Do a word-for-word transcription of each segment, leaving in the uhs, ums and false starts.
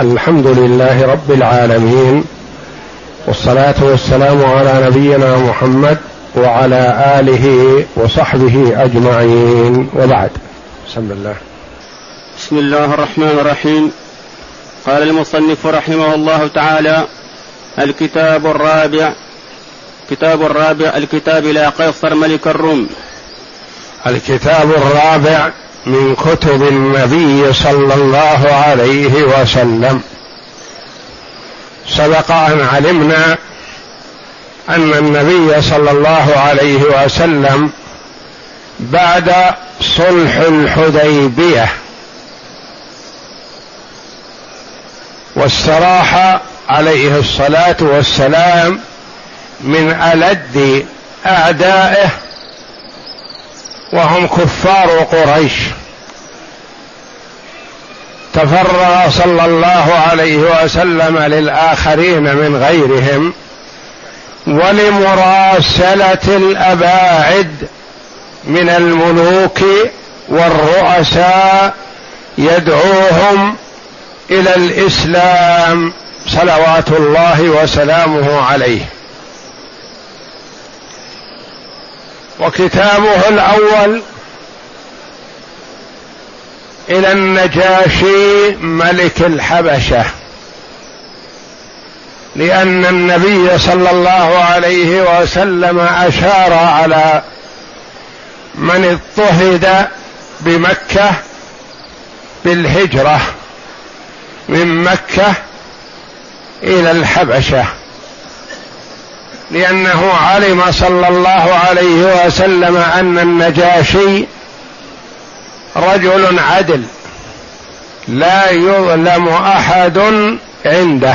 الحمد لله رب العالمين، والصلاة والسلام على نبينا محمد وعلى آله وصحبه أجمعين، وبعد. بسم الله بسم الله الرحمن الرحيم. قال المصنف رحمه الله تعالى: الكتاب الرابع كتاب الرابع الكتاب إلى قيصر ملك الروم. الكتاب الرابع من كتب النبي صلى الله عليه وسلم. سبق أن علمنا أن النبي صلى الله عليه وسلم بعد صلح الحديبية واستراح عليه الصلاة والسلام من ألد أعدائه وهم كفار قريش، تفرغ صلى الله عليه وسلم للآخرين من غيرهم ولمراسلة الأباعد من الملوك والرؤساء يدعوهم إلى الإسلام صلوات الله وسلامه عليه. وكتابه الأول إلى النجاشي ملك الحبشة، لأن النبي صلى الله عليه وسلم أشار على من اضطهد بمكة بالهجرة من مكة إلى الحبشة، لأنه علم صلى الله عليه وسلم أن النجاشي رجل عدل لا يظلم أحد عنده،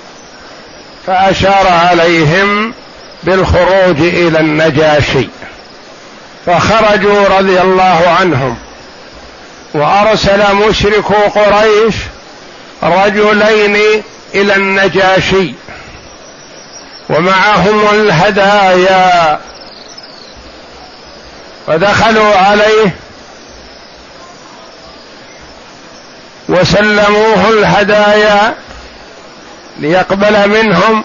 فأشار عليهم بالخروج إلى النجاشي، فخرجوا رضي الله عنهم. وأرسل مشركو قريش رجلين إلى النجاشي ومعهم الهدايا، فدخلوا عليه وسلموه الهدايا ليقبل منهم،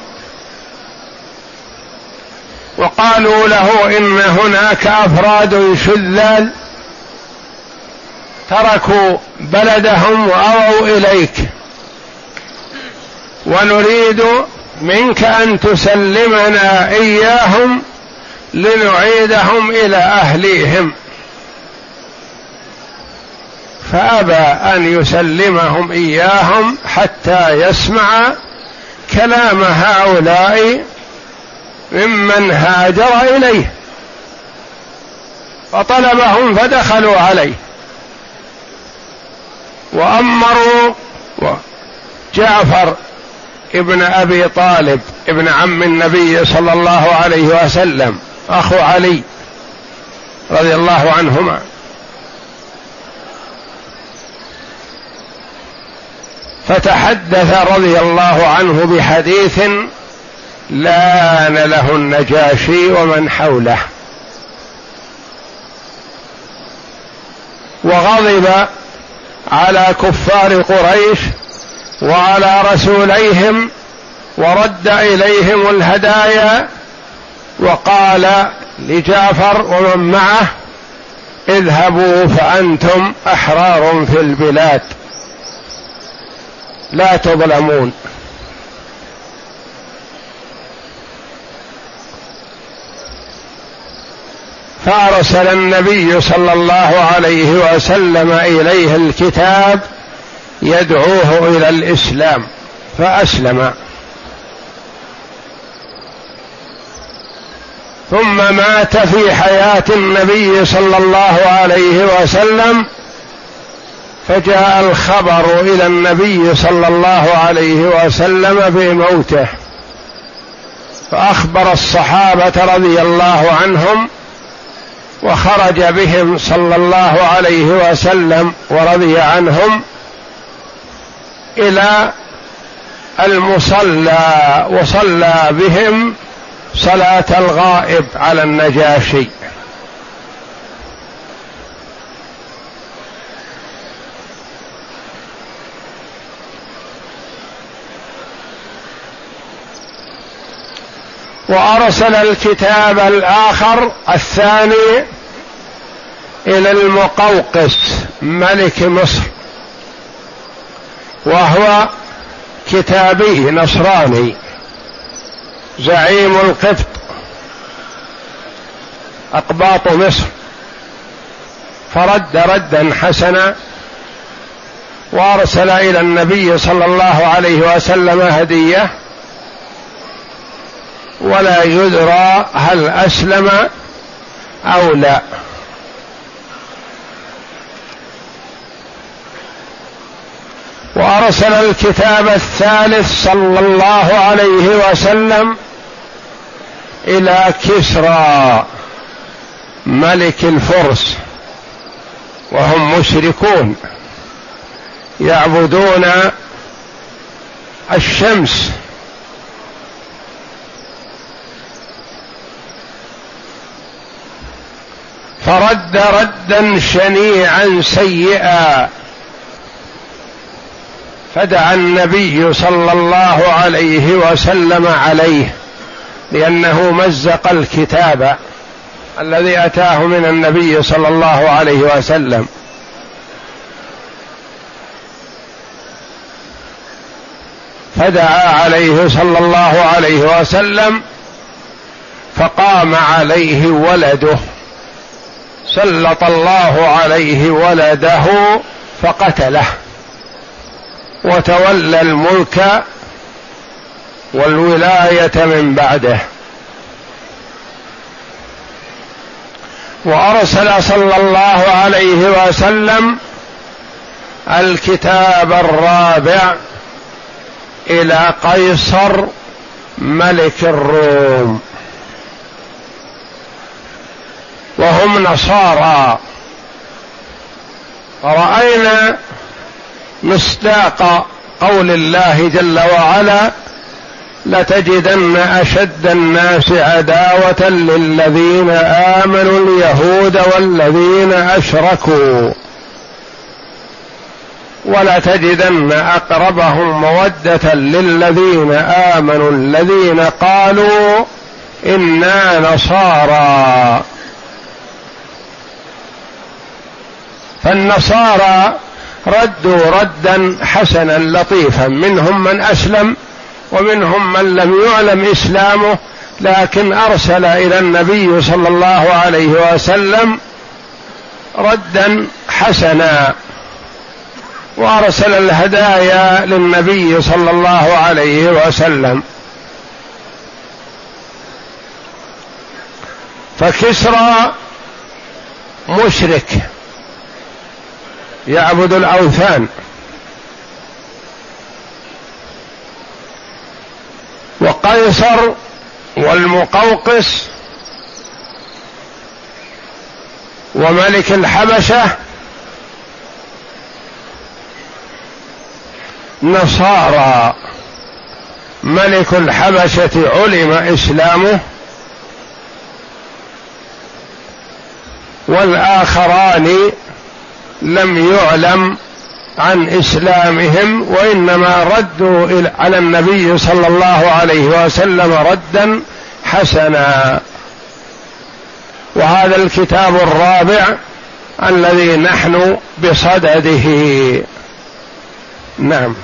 وقالوا له إن هناك أفراد شذاذ تركوا بلدهم وأووا إليك، ونريد منك أن تسلمنا إياهم لنعيدهم إلى أهليهم. فأبى أن يسلمهم إياهم حتى يسمع كلام هؤلاء ممن هاجر إليه، فطلبهم فدخلوا عليه وأمروا جعفر ابن أبي طالب ابن عم النبي صلى الله عليه وسلم أخو علي رضي الله عنهما، فتحدث رضي الله عنه بحديث لان له النجاشي ومن حوله، وغضب على كفار قريش وعلى رسوليهم ورد إليهم الهدايا، وقال لجعفر ومن معه: اذهبوا فأنتم أحرار في البلاد لا تظلمون. فأرسل النبي صلى الله عليه وسلم إليه الكتاب يدعوه إلى الإسلام، فأسلم. ثم مات في حياة النبي صلى الله عليه وسلم، فجاء الخبر إلى النبي صلى الله عليه وسلم بموته، فأخبر الصحابة رضي الله عنهم، وخرج بهم صلى الله عليه وسلم ورضي عنهم إلى المصلى، وصلى بهم صلاة الغائب على النجاشي. وأرسل الكتاب الآخر الثاني إلى المقوقس ملك مصر، وهو كتابي نصراني زعيم القبط أقباط مصر، فرد ردا حسنا وأرسل إلى النبي صلى الله عليه وسلم هدية، ولا يدرى هل أسلم أو لا. وأرسل الكتاب الثالث صلى الله عليه وسلم إلى كسرى ملك الفرس، وهم مشركون يعبدون الشمس، فرد ردا شنيعا سيئا، فدعا النبي صلى الله عليه وسلم عليه، لأنه مزق الكتاب الذي أتاه من النبي صلى الله عليه وسلم. فدعا عليه صلى الله عليه وسلم، فقام عليه ولده، سلط الله عليه ولده فقتله، وتولى الملك والولاية من بعده. وأرسل صلى الله عليه وسلم الكتاب الرابع إلى قيصر ملك الروم، وهم نصارى. رأينا مصداق قول الله جل وعلا: لتجدن أشد الناس عداوة للذين آمنوا اليهود والذين أشركوا، ولتجدن أقربهم مودة للذين آمنوا الذين قالوا إنا نصارى. فالنصارى ردوا ردا حسنا لطيفا، منهم من أسلم ومنهم من لم يعلم إسلامه، لكن أرسل إلى النبي صلى الله عليه وسلم ردا حسنا، وأرسل الهدايا للنبي صلى الله عليه وسلم. فكسرى مشرك يعبد الأوثان، وقيصر والمقوقس وملك الحبشة نصارى. ملك الحبشة علم إسلامه، والآخران لم يعلم عن إسلامهم، وإنما ردوا على النبي صلى الله عليه وسلم ردا حسنا. وهذا الكتاب الرابع الذي نحن بصدده. نعم.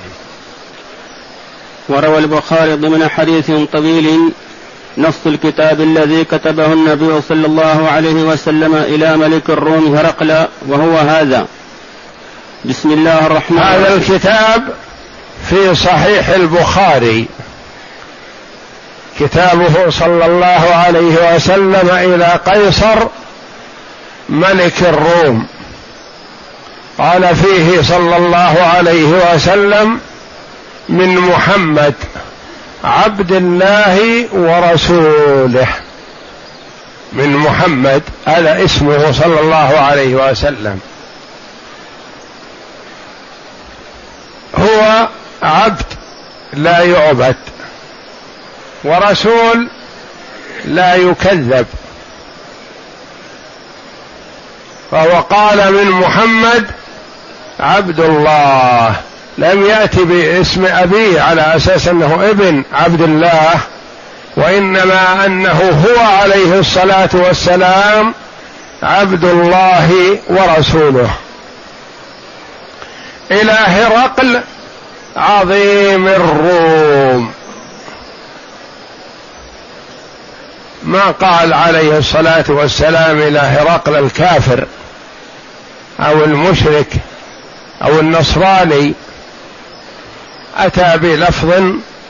وروى البخاري ضمن حديث طويل نص الكتاب الذي كتبه النبي صلى الله عليه وسلم إلى ملك الروم هرقل، وهو هذا: بسم الله الرحمن الرحيم. هذا الكتاب في صحيح البخاري، كتابه صلى الله عليه وسلم إلى قيصر ملك الروم، قال فيه صلى الله عليه وسلم: من محمد عبد الله ورسوله. من محمد هذا اسمه صلى الله عليه وسلم، هو عبد لا يعبد، ورسول لا يكذب. فهو قال من محمد عبد الله، لم يأتي باسم أبيه على أساس أنه ابن عبد الله، وإنما أنه هو عليه الصلاة والسلام عبد الله ورسوله. إلى هرقل عظيم الروم، ما قال عليه الصلاة والسلام إلى هرقل الكافر أو المشرك أو النصراني، أتى بلفظ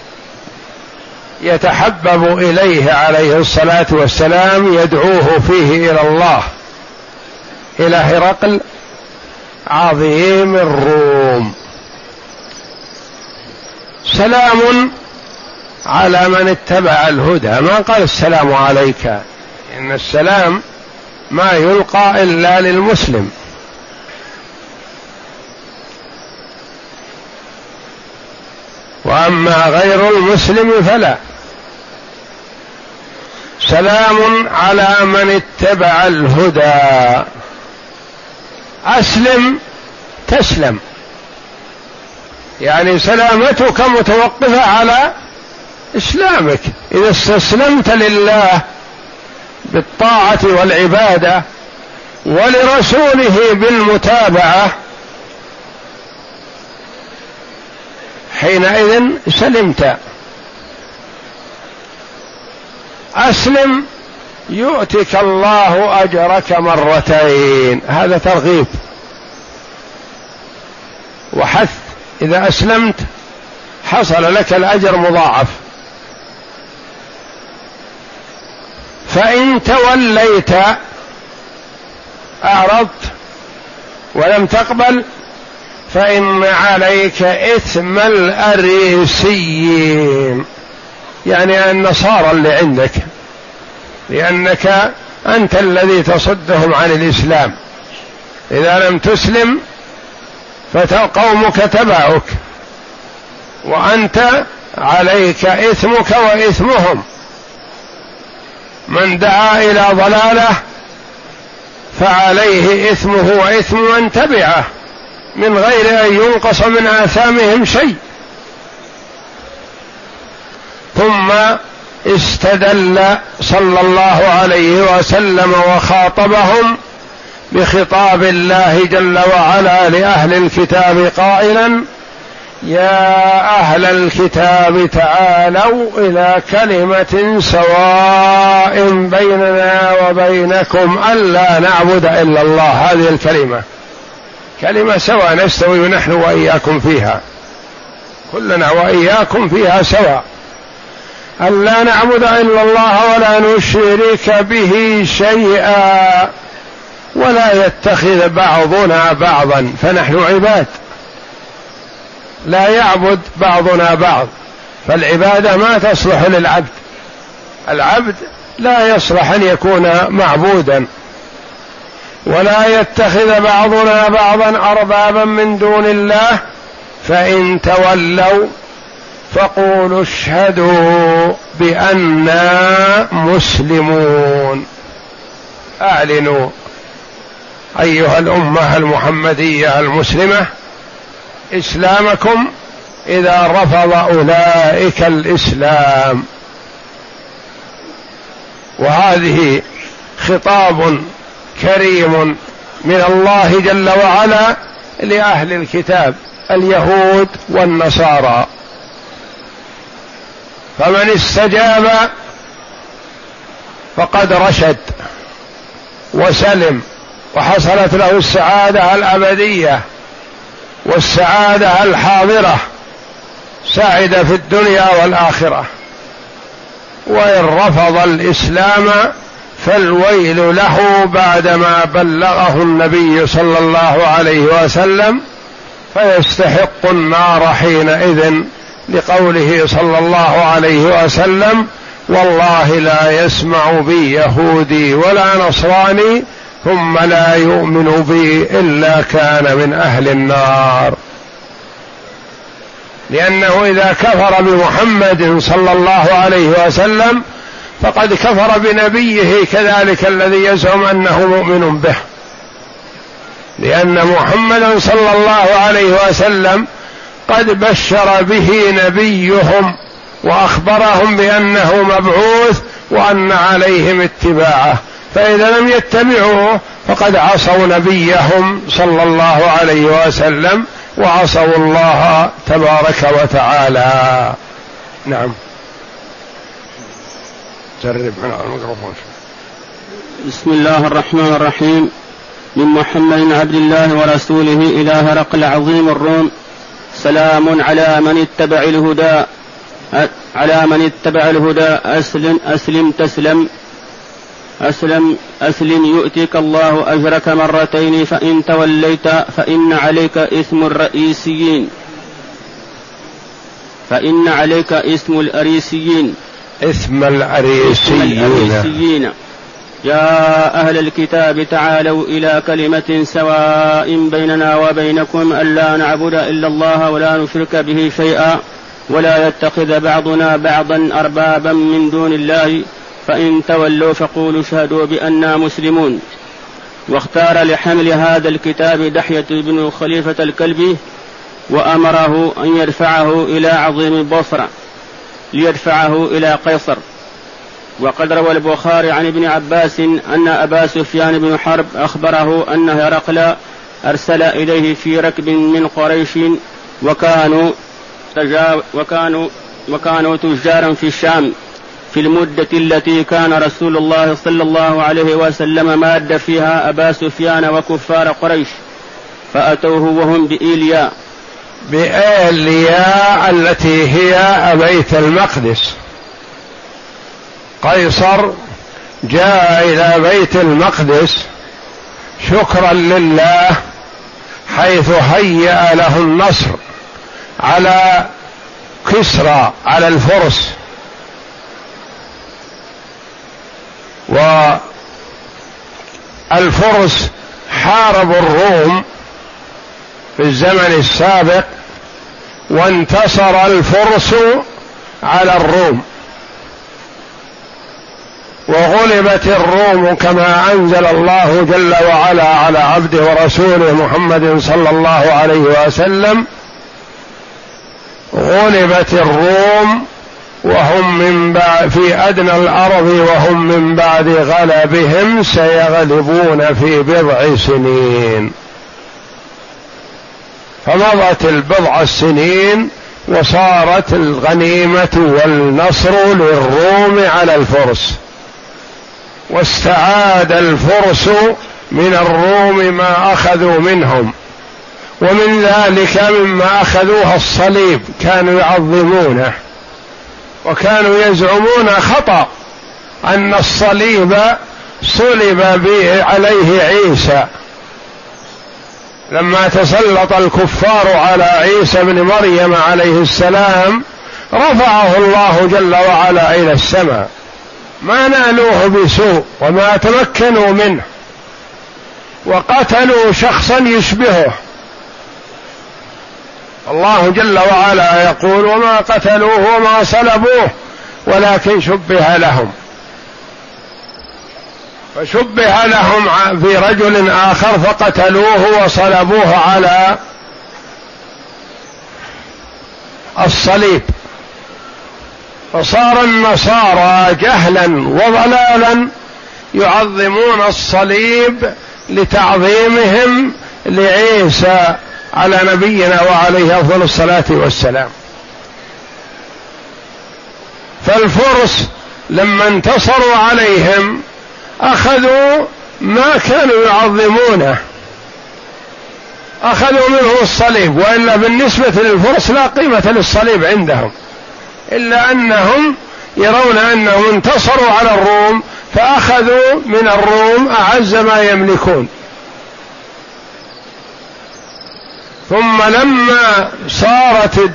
يتحبب إليه عليه الصلاة والسلام يدعوه فيه إلى الله. إلى هرقل عظيم الروم، سلام على من اتبع الهدى، ما قال السلام عليك، إن السلام ما يلقى إلا للمسلم. وأما غير المسلم فلا. سلام على من اتبع الهدى. أسلم تسلم، يعني سلامتك متوقفة على إسلامك. إذا استسلمت لله بالطاعة والعبادة ولرسوله بالمتابعة حينئذ سلمت. أسلم يؤتك الله أجرك مرتين، هذا ترغيب وحث. إذا أسلمت حصل لك الأجر مضاعف. فإن توليت أعرضت ولم تقبل فإن عليك إثم الأريسيين، يعني النصارى اللي عندك، لأنك أنت الذي تصدهم عن الإسلام. إذا لم تسلم فقومك تبعك وأنت عليك إثمك وإثمهم. من دعا إلى ضلالة فعليه إثمه وإثم من تبعه من غير أن ينقص من آثامهم شيء. ثم استدل صلى الله عليه وسلم وخاطبهم بخطاب الله جل وعلا لأهل الكتاب قائلا: يا أهل الكتاب تعالوا إلى كلمة سواء بيننا وبينكم ألا نعبد إلا الله. هذه الكلمة كلمة سواء، نستوي نحن وإياكم فيها، كلنا وإياكم فيها سواء. ألا نعبد إلا الله ولا نشرك به شيئا ولا يتخذ بعضنا بعضا، فنحن عباد لا يعبد بعضنا بعض، فالعبادة ما تصلح للعبد، العبد لا يصلح أن يكون معبودا. ولا يتخذ بعضنا بعضا أربابا من دون الله فإن تولوا فقولوا اشهدوا بأننا مسلمون. أعلنوا أيها الأمة المحمدية المسلمة إسلامكم إذا رفض أولئك الإسلام. وهذه خطاب كريم من الله جل وعلا لأهل الكتاب اليهود والنصارى. فمن استجاب فقد رشد وسلم وحصلت له السعادة الأبدية والسعادة الحاضرة، سعد في الدنيا والآخرة. وإن رفض الإسلام فالويل له بعدما بلغه النبي صلى الله عليه وسلم، فيستحق النار حينئذ، لقوله صلى الله عليه وسلم: والله لا يسمع بي يهودي ولا نصراني ثم لا يؤمن بي إلا كان من أهل النار. لأنه إذا كفر بمحمد صلى الله عليه وسلم فقد كفر بنبيه كذلك الذي يزعم أنه مؤمن به، لأن محمدا صلى الله عليه وسلم قد بشر به نبيهم وأخبرهم بأنه مبعوث وأن عليهم اتباعه، فإذا لم يتبعوه فقد عصوا نبيهم صلى الله عليه وسلم وعصوا الله تبارك وتعالى. نعم. جرب من الميكروفون. بسم الله الرحمن الرحيم. من محمد عبد الله ورسوله إلى هرقل عظيم الروم. سلام على من اتبع الهدى على من اتبع الهدى أسلم أسلم تسلم أسلم أسلم يؤتيك الله أجرك مرتين فإن توليت فإن عليك إثم الرئيسيين فإن عليك إثم الأريسيين إثم الأريسيين. يا أهل الكتاب تعالوا إلى كلمة سواء بيننا وبينكم ألا نعبد إلا الله ولا نشرك به شيئا ولا يتخذ بعضنا بعضا أربابا من دون الله فإن تولوا فقولوا اشهدوا بأننا مسلمون. واختار لحمل هذا الكتاب دحية بن خليفة الكلبي وأمره أن يدفعه إلى عظيم البصرة ليدفعه إلى قيصر. وقد روى البخاري عن ابن عباس أن أبا سفيان بن حرب أخبره أن هرقل أرسل إليه في ركب من قريش وكانوا وكانوا وكانوا تجارا في الشام في المدة التي كان رسول الله صلى الله عليه وسلم ماد فيها أبا سفيان وكفار قريش، فأتوه وهم بإيليا. بإيليا التي هي بيت المقدس. قيصر جاء إلى بيت المقدس شكرا لله حيث هيأ له النصر على كسرى على الفرس، والفرس حاربوا الروم في الزمن السابق وانتصر الفرس على الروم، وغلبت الروم كما أنزل الله جل وعلا على عبده ورسوله محمد صلى الله عليه وسلم. غلبت الروم وهم من بعد في أدنى الأرض وهم من بعد غلبهم سيغلبون في بضع سنين. فمضت البضع السنين وصارت الغنيمة والنصر للروم على الفرس، واستعاد الفرس من الروم ما أخذوا منهم، ومن ذلك مما أخذوها الصليب كانوا يعظمونه، وكانوا يزعمون خطأ أن الصليب صلب به عليه عيسى. لما تسلط الكفار على عيسى بن مريم عليه السلام رفعه الله جل وعلا إلى السماء، ما نالوه بسوء وما تمكنوا منه، وقتلوا شخصا يشبهه. الله جل وعلا يقول: وما قتلوه وما صلبوه ولكن شبه لهم. فشبه لهم في رجل آخر فقتلوه وصلبوه على الصليب. فصار النصارى جهلا وضلالا يعظمون الصليب لتعظيمهم لعيسى على نبينا وعليه أفضل الصلاة والسلام. فالفرس لما انتصروا عليهم أخذوا ما كانوا يعظمونه، أخذوا منه الصليب، وإلا بالنسبة للفرس لا قيمة للصليب عندهم، إلا أنهم يرون أنهم انتصروا على الروم فأخذوا من الروم أعز ما يملكون. ثم لما صارت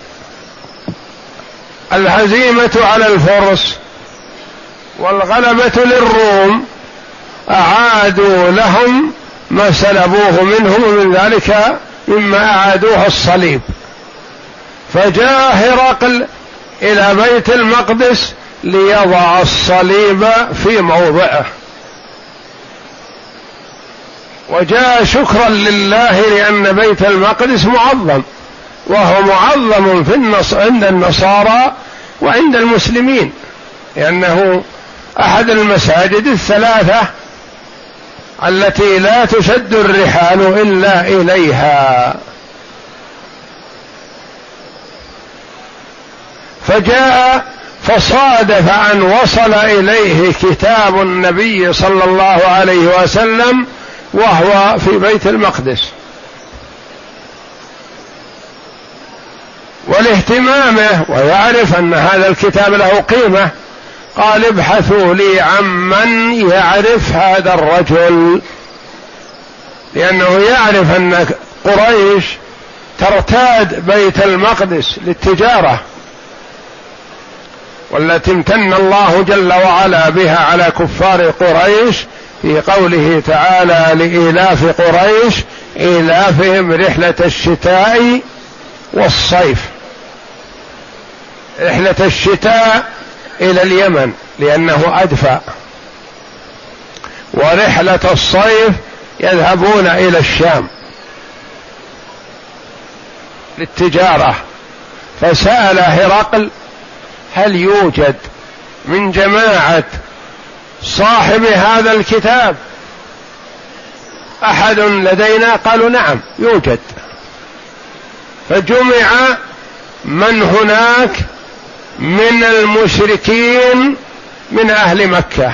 الهزيمة على الفرس والغلبة للروم أعادوا لهم ما سلبوه منهم، ومن ذلك مما أعادوه الصليب. فجاء هرقل إلى بيت المقدس ليضع الصليب في موضعه، وجاء شكرا لله لأن بيت المقدس معظم، وهو معظم في النص عند النصارى وعند المسلمين، لأنه أحد المساجد الثلاثة التي لا تشد الرحال إلا إليها. فجاء فصادف أن وصل إليه كتاب النبي صلى الله عليه وسلم وهو في بيت المقدس، ولاهتمامه ويعرف أن هذا الكتاب له قيمة قال ابحثوا لي عمن يعرف هذا الرجل، لأنه يعرف أن قريش ترتاد بيت المقدس للتجارة، والتي امتن الله جل وعلا بها على كفار قريش في قوله تعالى لإيلاف قريش إيلافهم رحلة الشتاء والصيف. رحلة الشتاء إلى اليمن لأنه أدفى، ورحلة الصيف يذهبون إلى الشام للتجارة. فسأل هرقل هل يوجد من جماعة صاحب هذا الكتاب أحد لدينا؟ قالوا نعم يوجد. فجمع من هناك من المشركين من أهل مكة،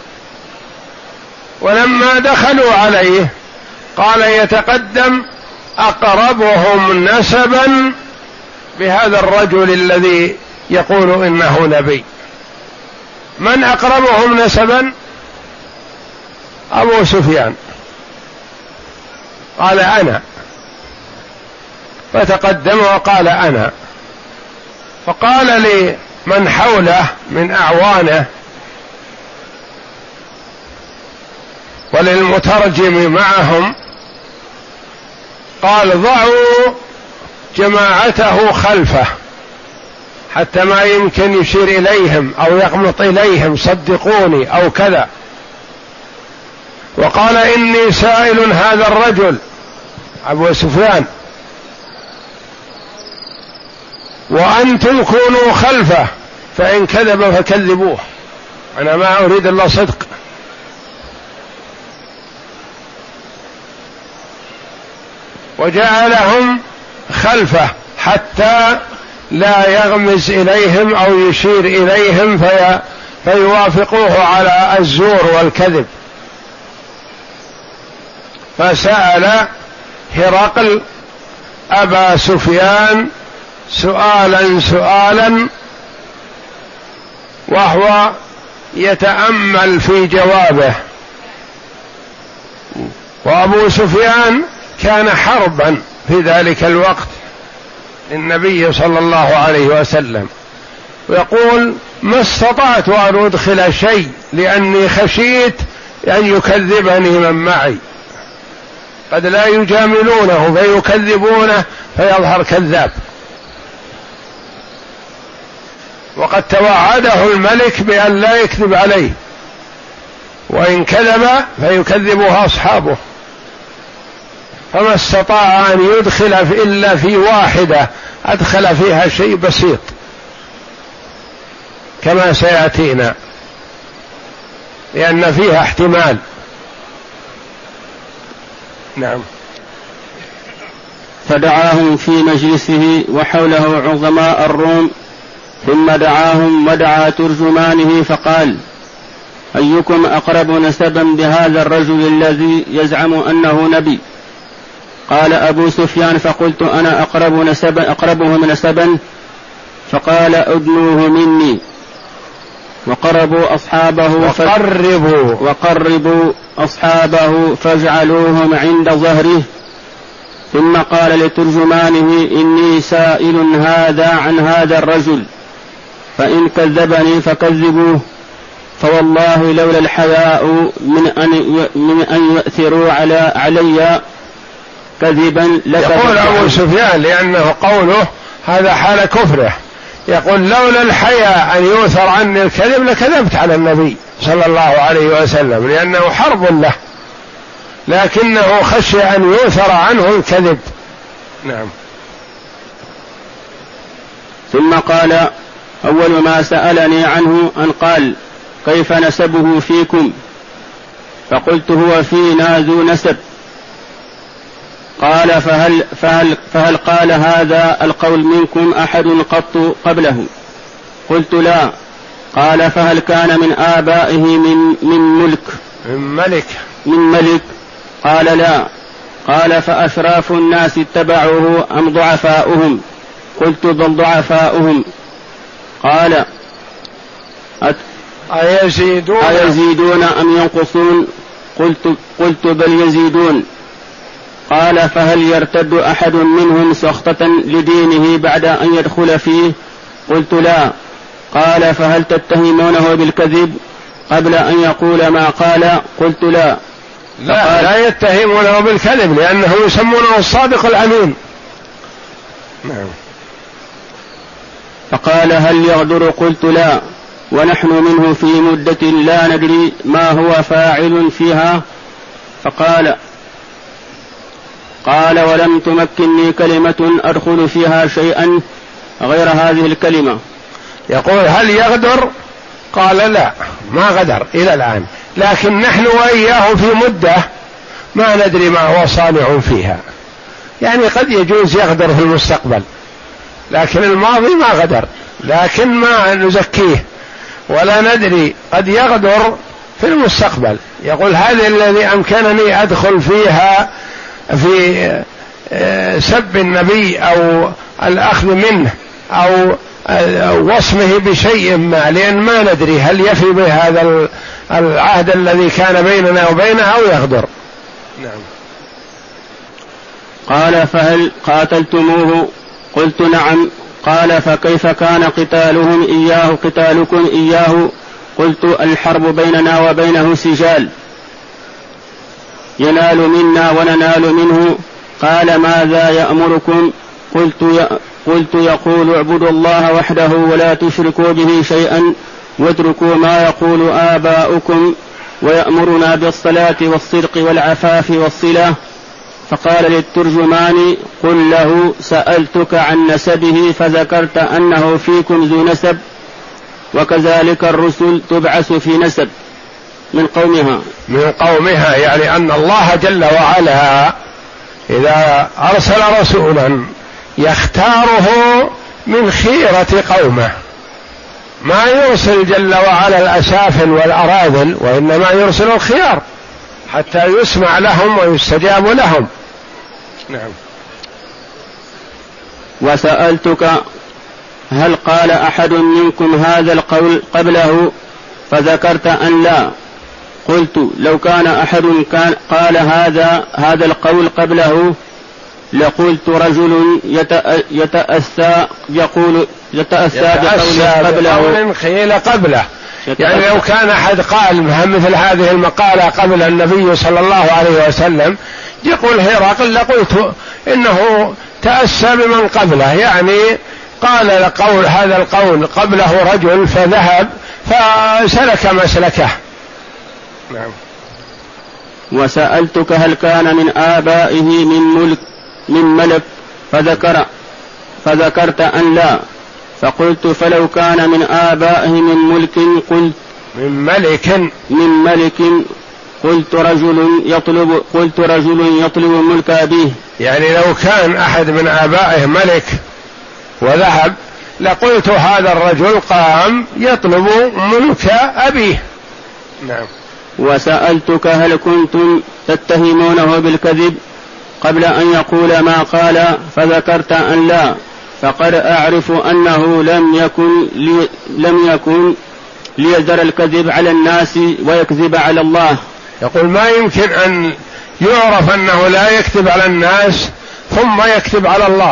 ولما دخلوا عليه قال يتقدم أقربهم نسبا بهذا الرجل الذي يقول إنه نبي. من أقربهم نسبا؟ أبو سفيان. قال أنا، فتقدم وقال أنا. فقال لمن حوله من أعوانه وللمترجم معهم قال ضعوا جماعته خلفه حتى ما يمكن يشير إليهم أو يقمط إليهم صدقوني أو كذا. وقال إني سائل هذا الرجل أبو سفيان وأنتم كونوا خلفه، فإن كذب فكذبوه، أنا ما أريد إلا صدق. وجعلهم خلفه حتى لا يغمز إليهم أو يشير إليهم في فيوافقوه على الزور والكذب. فسأل هرقل أبا سفيان سؤالا سؤالا وهو يتأمل في جوابه. وأبو سفيان كان حربا في ذلك الوقت للنبي صلى الله عليه وسلم، ويقول ما استطعت أن أدخل شيء لأني خشيت أن يكذبني من معي، قد لا يجاملونه فيكذبونه فيظهر كذاب، وقد توعده الملك بأن لا يكذب عليه، وإن كذب فيكذبها أصحابه. فما استطاع أن يدخل إلا في واحدة أدخل فيها شيء بسيط كما سيأتينا، لأن فيها احتمال. نعم. فدعاهم في مجلسه وحوله عظماء الروم، ثم دعاهم ودعا ترجمانه فقال أيكم أقرب نسبا بهذا الرجل الذي يزعم أنه نبي؟ قال أبو سفيان فقلت أنا أقرب نسبا أقربه نسبا. فقال أدنوه مني وقربوا أصحابه وقربوا, وقربوا أصحابه فاجعلوهم عند ظهره. ثم قال لترجمانه إني سائل هذا عن هذا الرجل، فإن كذبني فكذبوه، فوالله لولا الحياء من أن من أن يؤثروا على علي كذبا لكذبت. يقول أبو سفيان لأنه قوله هذا حال كفره، يقول لولا الحياء أن يؤثر عني الكذب لكذبت على النبي صلى الله عليه وسلم، لأنه حرب له، لكنه خشي أن يؤثر عنه الكذب. نعم. ثم قال أول ما سألني عنه أن قال كيف نسبه فيكم؟ فقلت هو فينا ذو نسب. قال فهل, فهل, فهل قال هذا القول منكم أحد قط قبله؟ قلت لا. قال فهل كان من آبائه من, من ملك من ملك من ملك؟ قال لا. قال فأشراف الناس اتبعوه أم ضعفاؤهم؟ قلت بل ضعفاؤهم. قال أيزيدون, أيزيدون أم ينقصون؟ قلت, قلت بل يزيدون. قال فهل يرتد أحد منهم سخطة لدينه بعد أن يدخل فيه؟ قلت لا. قال فهل تتهمونه بالكذب قبل أن يقول ما قال؟ قلت لا. لا, لا يتهمونه بالكذب لأنه يسمونه الصادق الأمين. نعم. فقال هل يغدر؟ قلت لا، ونحن منه في مدة لا ندري ما هو فاعل فيها. فقال قال ولم تمكنني كلمة أدخل فيها شيئا غير هذه الكلمة. يقول هل يغدر؟ قال لا ما غدر إلى الآن، لكن نحن وإياه في مدة ما ندري ما هو صانع فيها، يعني قد يجوز يغدر في المستقبل، لكن الماضي ما غدر، لكن ما نزكيه ولا ندري، قد يغدر في المستقبل. يقول هذا الذي أمكنني أدخل فيها في سب النبي أو الأخذ منه أو وصمه بشيء ما، لأن ما ندري هل يفي بهذا العهد الذي كان بيننا وبينه أو يغدر. نعم. قال فهل قاتلتموه؟ قلت نعم. قال فكيف كان قتالهم إياه قتالكم إياه؟ قلت الحرب بيننا وبينه سجال ينال منا وننال منه. قال ماذا يأمركم؟ قلت ي... قلت يقول اعبدوا الله وحده ولا تشركوا به شيئا واتركوا ما يقول آباؤكم، ويأمرنا بالصلاة والصدق والعفاف والصلة. فقال للترجمان قل له سألتك عن نسبه فذكرت أنه فيكم ذو نسب، وكذلك الرسل تبعث في نسب من قومها من قومها يعني أن الله جل وعلا إذا أرسل رسولا يختاره من خيرة قومه، ما يرسل جل وعلا الأسافل والأراذل، وإنما يرسل الخيار حتى يسمع لهم ويستجاب لهم. نعم. وسألتك هل قال أحد منكم هذا القول قبله؟ فذكرت أن لا. قلت لو كان أحد كان قال هذا هذا القول قبله لقلت رجل يتأسى يقول يتأسى بقول قبله قيل قبله، يعني لو كان أحد قال مثل هذه المقالة قبل النبي صلى الله عليه وسلم يقول هرقل لقلت إنه تأسى بمن قبله، يعني قال القول هذا القول قبله رجل فذهب فسلك مسلكه. نعم. وسألتك هل كان من آبائه من ملك من ملك؟ فذكر فذكرت أن لا. فقلت فلو كان من آبائه من ملك قلت من ملك من ملك قلت رجل يطلب قلت رجل يطلب ملك أبيه، يعني لو كان أحد من آبائه ملك وذهب لقلت هذا الرجل قام يطلب ملك أبيه. نعم. وسألتك هل كنتم تتهمونه بالكذب قبل أن يقول ما قال؟ فذكرت أن لا. فقد أعرف أنه لم يكن لي لم يكن ليزدر الكذب على الناس ويكذب على الله. يقول ما يمكن أن يعرف أنه لا يكذب على الناس ثم يكذب على الله،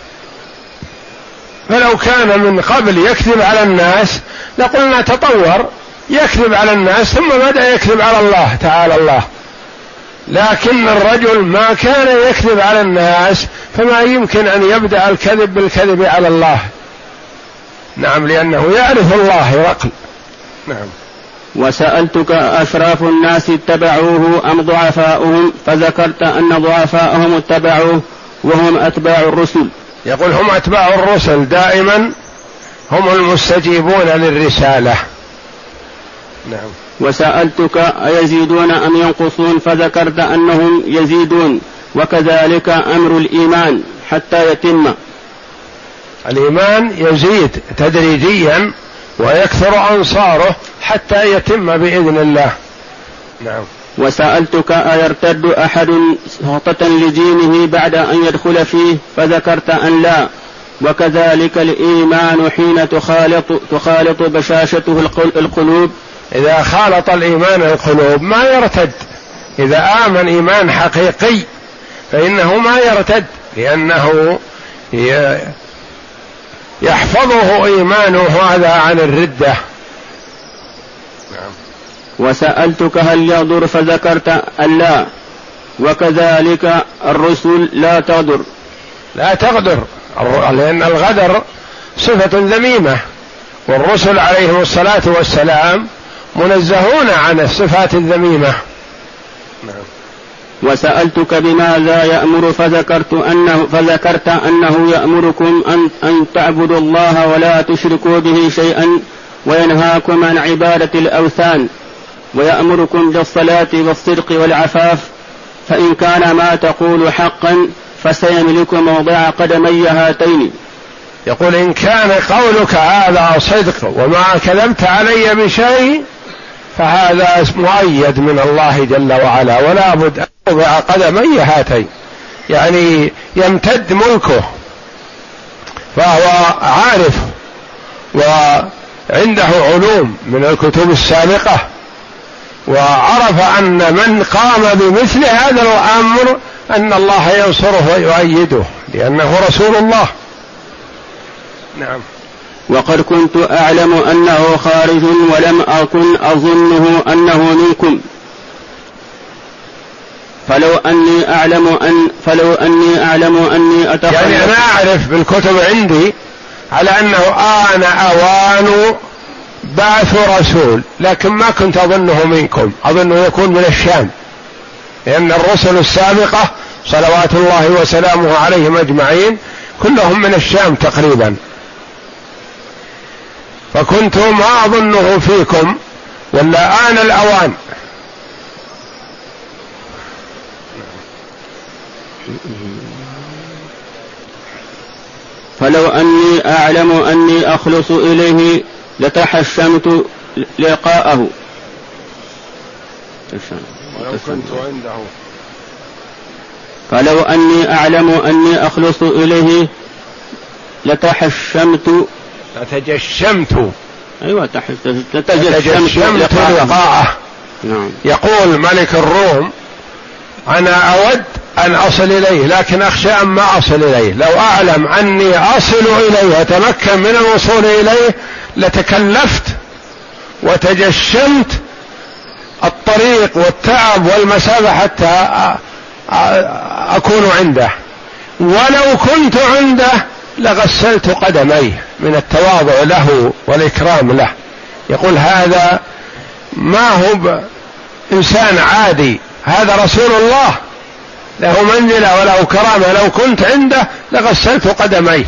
فلو كان من قبل يكذب على الناس لقلنا تطور يكذب على الناس ثم بدأ يكذب على الله تعالى الله، لكن الرجل ما كان يكذب على الناس فما يمكن أن يبدأ الكذب بالكذب على الله. نعم، لأنه يعرف الله هرقل. نعم. وسألتك أشراف الناس اتبعوه أم ضعفاؤهم؟ فذكرت أن ضعفاءهم اتبعوه وهم أتباع الرسل. يقول هم أتباع الرسل دائما، هم المستجيبون للرسالة. نعم. وسألتك أيزيدون أم ينقصون فذكرت أنهم يزيدون، وكذلك أمر الإيمان حتى يتم. الإيمان يزيد تدريجيا ويكثر أنصاره حتى يتم بإذن الله. نعم. وسألتك أيرتد أحد سخطة لدينه بعد أن يدخل فيه فذكرت أن لا، وكذلك الإيمان حين تخالط, تخالط بشاشته القلوب. إذا خالط الإيمان القلوب ما يرتد، إذا آمن إيمان حقيقي فإنه ما يرتد، لأنه يحفظه إيمانه هذا عن الردة. نعم. وسألتك هل يغدر فذكرت أن لا، وكذلك الرسل لا تغدر. لا تغدر، لأن الغدر صفة ذميمة، والرسل عليهم الصلاة والسلام منزهون عن الصفات الذميمة. نعم. وسألتك بماذا يأمر فذكرت أنه, فذكرت أنه يأمركم أن, أن تعبدوا الله ولا تشركوا به شيئا، وينهاكم عن عبادة الأوثان، ويأمركم بالصلاة والصدق والعفاف، فإن كان ما تقول حقا فسيملك موضع قدمي هاتين. يقول إن كان قولك هذا صدق وما كذبت علي بشيء فهذا مؤيد من الله جل وعلا، ولا بد أن يوضع قدمي هاتين، يعني يمتد ملكه، فهو عارف وعنده علوم من الكتب السابقة، وعرف أن من قام بمثل هذا الأمر أن الله ينصره ويؤيده لأنه رسول الله. نعم. وقد كنت أعلم أنه خارج ولم أكن أظنه أنه منكم، فلو أني أعلم أن فلو أني أعلم أني أتخلف. يعني أنا أعرف بالكتب عندي على أنه آن أوان بعث رسول، لكن ما كنت أظنه منكم، أظنه يكون من الشام، لأن الرسل السابقة صلوات الله وسلامه عليهم أجمعين كلهم من الشام تقريبا، فكنت ما أظنه فيكم ولا آن الأوان. فلو أني أعلم أني أخلص إليه لتحشمت لقاءه. ولو كنت عنده فلو أني أعلم أني أخلص إليه لتحشمت لتجشمت أيوة لتجشمت لقاءه. نعم. يقول ملك الروم أنا أود أن أصل إليه لكن أخشى أن ما أصل إليه، لو أعلم أني أصل إليه أتمكن من الوصول إليه لتكلفت وتجشمت الطريق والتعب والمسافة حتى أكون عنده، ولو كنت عنده لغسلت قدميه من التواضع له والإكرام له. يقول هذا ما هو إنسان عادي، هذا رسول الله له منزلة وله كرامة، لو كنت عنده لغسلت قدميه.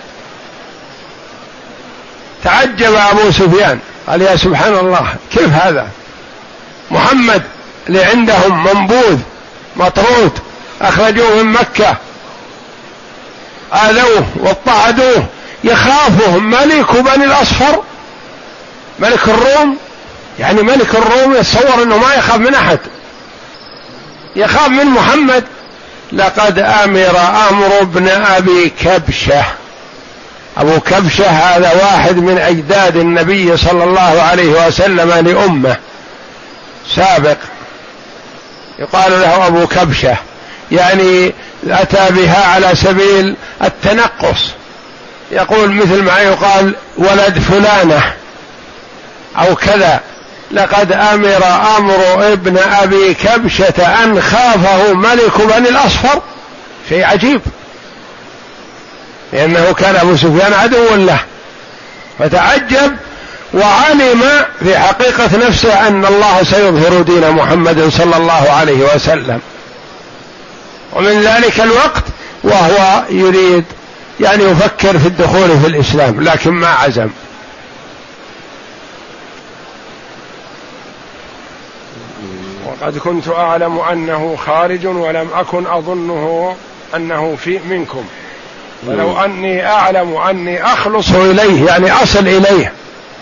تعجب أبو سفيان قال يا سبحان الله كيف هذا؟ محمد اللي عندهم منبوذ مطرود أخرجوه من مكة آذوه واضطهدوه، يخافهم ملك بني الأصفر ملك الروم، يعني ملك الروم يتصور أنه ما يخاف من أحد، يخاف من محمد. لقد أمر أمر ابن أبي كبشة، أبو كبشة هذا واحد من أجداد النبي صلى الله عليه وسلم لأمه سابق، يقال له أبو كبشة، يعني أتى بها على سبيل التنقص، يقول مثل ما يقال ولد فلانة أو كذا. لقد أمر أمر ابن أبي كبشة أن خافه ملك بني الأصفر، شيء عجيب، لأنه كان أبو سفيان عدو له، فتعجب وعلم في حقيقة نفسه أن الله سيظهر دين محمد صلى الله عليه وسلم. ومن ذلك الوقت وهو يريد يعني يفكر في الدخول في الإسلام لكن ما عزم. وقد كنت أعلم أنه خارج ولم أكن أظنه أنه في منكم، ولو أني أعلم أني أخلص إليه يعني أصل إليه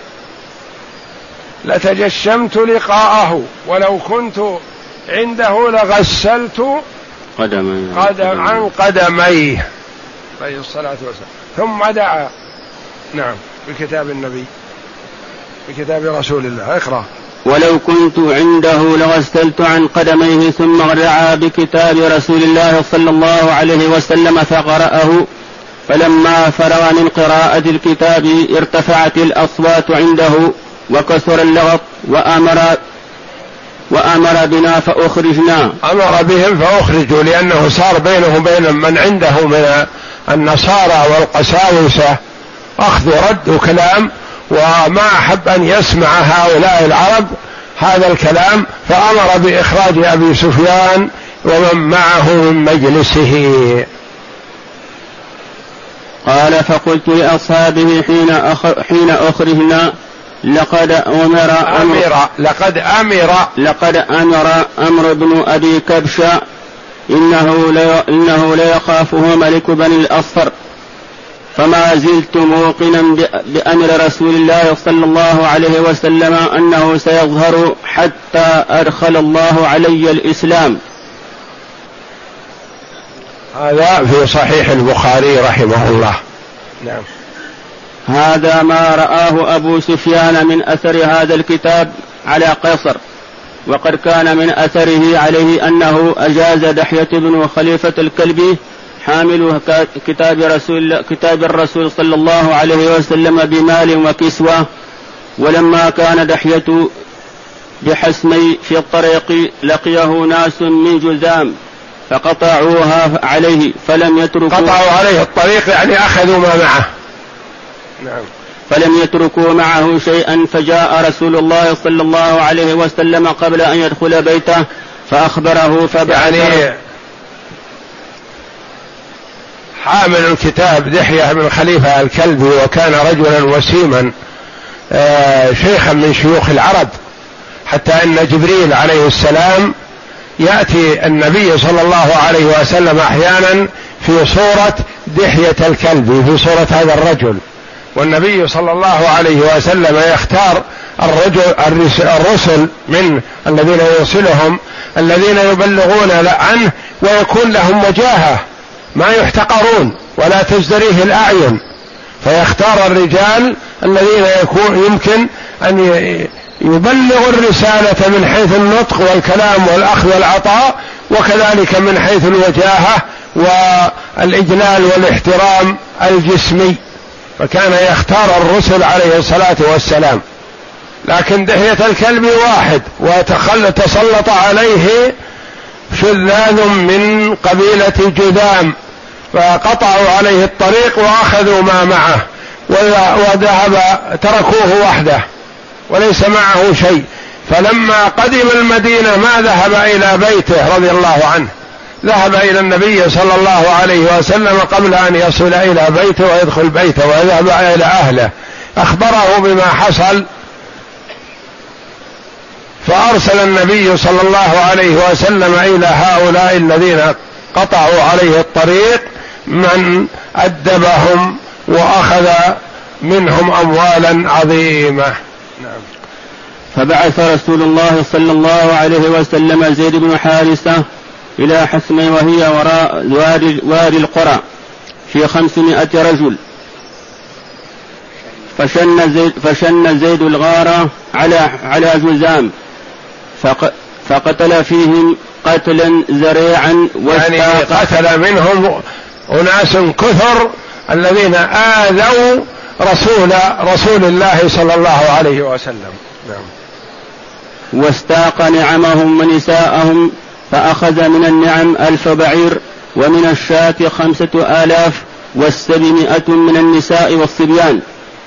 لتجشمت لقاءه، ولو كنت عنده لغسلت قدم قدم عن قدميه عليه الصلاة والسلام. ثم دعا نعم بكتاب النبي بكتاب رسول الله. اقرأ. ولو كنت عنده لغسلت عن قدميه ثم دعا بكتاب رسول الله صلى الله عليه وسلم فقرأه، فلما فرغ من قراءة الكتاب ارتفعت الأصوات عنده وكثر اللغط وأمر وأمر بنا فأخرجنا. أمر بهم فأخرجوا لأنه صار بينه وبين من عنده من النصارى والقساوسة أخذ ورد وكلام، وما أحب أن يسمع هؤلاء العرب هذا الكلام، فأمر بإخراج أبي سفيان ومن معه من مجلسه. قال فقلت لأصحابه حين أخر حين أخرجنا لقد أمر أمر لقد أمر لقد أمر أمر بن أبي كبشة إنه لا إنه لا يخافه ملك بني الأصفر، فما زلت موقنا بأمر رسول الله صلى الله عليه وسلم أنه سيظهر حتى أدخل الله علي الإسلام. هذا في صحيح البخاري رحمه الله. نعم. هذا ما رآه أبو سفيان من أثر هذا الكتاب على قيصر، وقد كان من أثره عليه أنه أجاز دحية بن خليفة الكلبي حامل كتاب رسول كتاب الرسول صلى الله عليه وسلم بمال وكسوة، ولما كان دحية بحسمي في الطريق لقيه ناس من جذام فقطعوها عليه فلم يتركوا قطعوا عليه الطريق يعني أخذوا ما معه. نعم. فلم يتركوا معه شيئا، فجاء رسول الله صلى الله عليه وسلم قبل أن يدخل بيته فأخبره فبعث يعني حامل الكتاب دحية بن خليفة الكلبي، وكان رجلا وسيما شيخا من شيوخ العرب، حتى أن جبريل عليه السلام يأتي النبي صلى الله عليه وسلم أحيانا في صورة دحية الكلبي في صورة هذا الرجل، والنبي صلى الله عليه وسلم يختار الرجل الرسل من الذين يرسلهم الذين يبلغون عنه ويكون لهم وجاهة ما يحتقرون ولا تزدريه الأعين، فيختار الرجال الذين يكون يمكن أن يبلغوا الرسالة من حيث النطق والكلام والأخذ والعطاء، وكذلك من حيث الوجاهة والإجلال والاحترام الجسمي، فكان يختار الرسل عليه الصلاة والسلام. لكن دحية الكلب واحد وتسلط عليه شذاذ من قبيلة جذام فقطعوا عليه الطريق وأخذوا ما معه وذهب تركوه وحده وليس معه شيء. فلما قدم المدينة ما ذهب إلى بيته رضي الله عنه، ذهب إلى النبي صلى الله عليه وسلم قبل أن يصل إلى بيته ويدخل بيته ويذهب إلى أهله، أخبره بما حصل، فأرسل النبي صلى الله عليه وسلم إلى هؤلاء الذين قطعوا عليه الطريق من أدبهم وأخذ منهم أموالا عظيمة. نعم. فبعث رسول الله صلى الله عليه وسلم زيد بن حارثة إلى حسمي وهي وراء وادي القرى في خمسمائة رجل، فشن زيد, فشن زيد الغارة على على جذام فقتل فيهم قتلا ذريعا، يعني قتل منهم أناس كثر الذين آذوا رسول رسول الله صلى الله عليه وسلم. نعم. واستاق نعمهم ونساءهم، فأخذ من النعم ألف بعير ومن الشاة خمسة آلاف والسبعمائة من النساء والصبيان.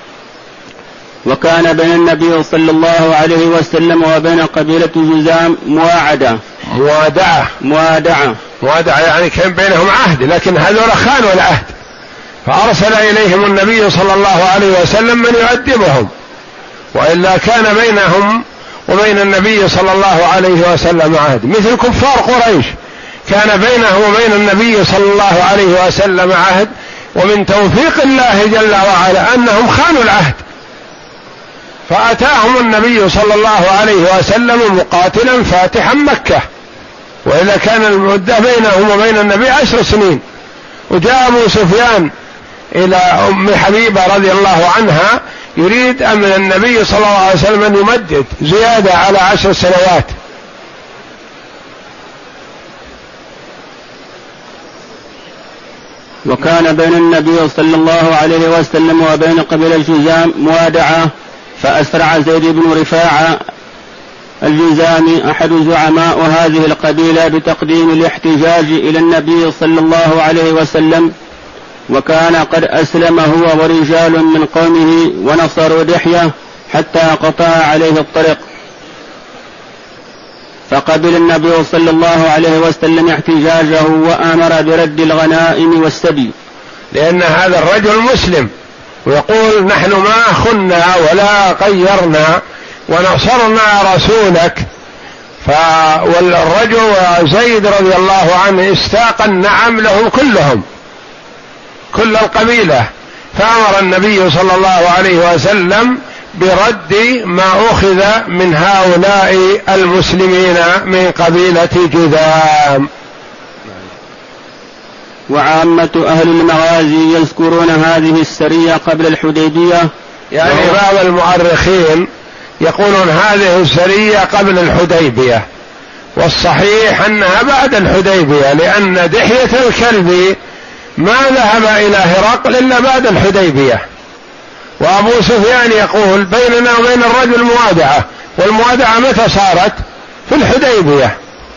وكان بين النبي صلى الله عليه وسلم وبين قبيلة جذام مواعدة موادعة موادعة موادعة يعني كان بينهم عهد، لكن هذول خانوا العهد فأرسل إليهم النبي صلى الله عليه وسلم من يؤدبهم، وإلا كان بينهم وبين النبي صلى الله عليه وسلم عهد، مثل كفار قريش كان بينه وبين النبي صلى الله عليه وسلم عهد، ومن توفيق الله جل وعلا أنهم خانوا العهد، فأتاهم النبي صلى الله عليه وسلم مقاتلا فاتحا مكة، وإذا كان المدة بينهم وبين النبي عشر سنين. وجاء أبو سفيان إلى أم حبيبة رضي الله عنها يريد أن النبي صلى الله عليه وسلم أن يمدد زيادة على عشر سنوات. وكان بين النبي صلى الله عليه وسلم وبين قبيلة الجزام موادعة، فأسرع زيد بن رفاعة الجزامي أحد زعماء هذه القبيلة بتقديم الاحتجاج إلى النبي صلى الله عليه وسلم، وكان قد أسلم هو ورجال من قومه ونصروا دحية حتى قطع عليه الطريق، فقبل النبي صلى الله عليه وسلم احتجاجه وآمر برد الغنائم والسبي، لأن هذا الرجل مسلم ويقول نحن ما خنا ولا غيرنا ونصرنا رسولك. ف... والرجل زيد رضي الله عنه استاق النعم لهم كلهم كل القبيلة، فأمر النبي صلى الله عليه وسلم برد ما أخذ من هؤلاء المسلمين من قبيلة جذام. وعامة أهل المغازي يذكرون هذه السرية قبل الحديبية، يعني بعض المؤرخين يقولون هذه السرية قبل الحديبية، والصحيح أنها بعد الحديبية، لأن دحية الكلبي ما ذهب إلى هرقل إلا بعد الحديبية، وأبو سفيان يقول بيننا وبين الرجل موادعة، والموادعة متى صارت؟ في الحديبية،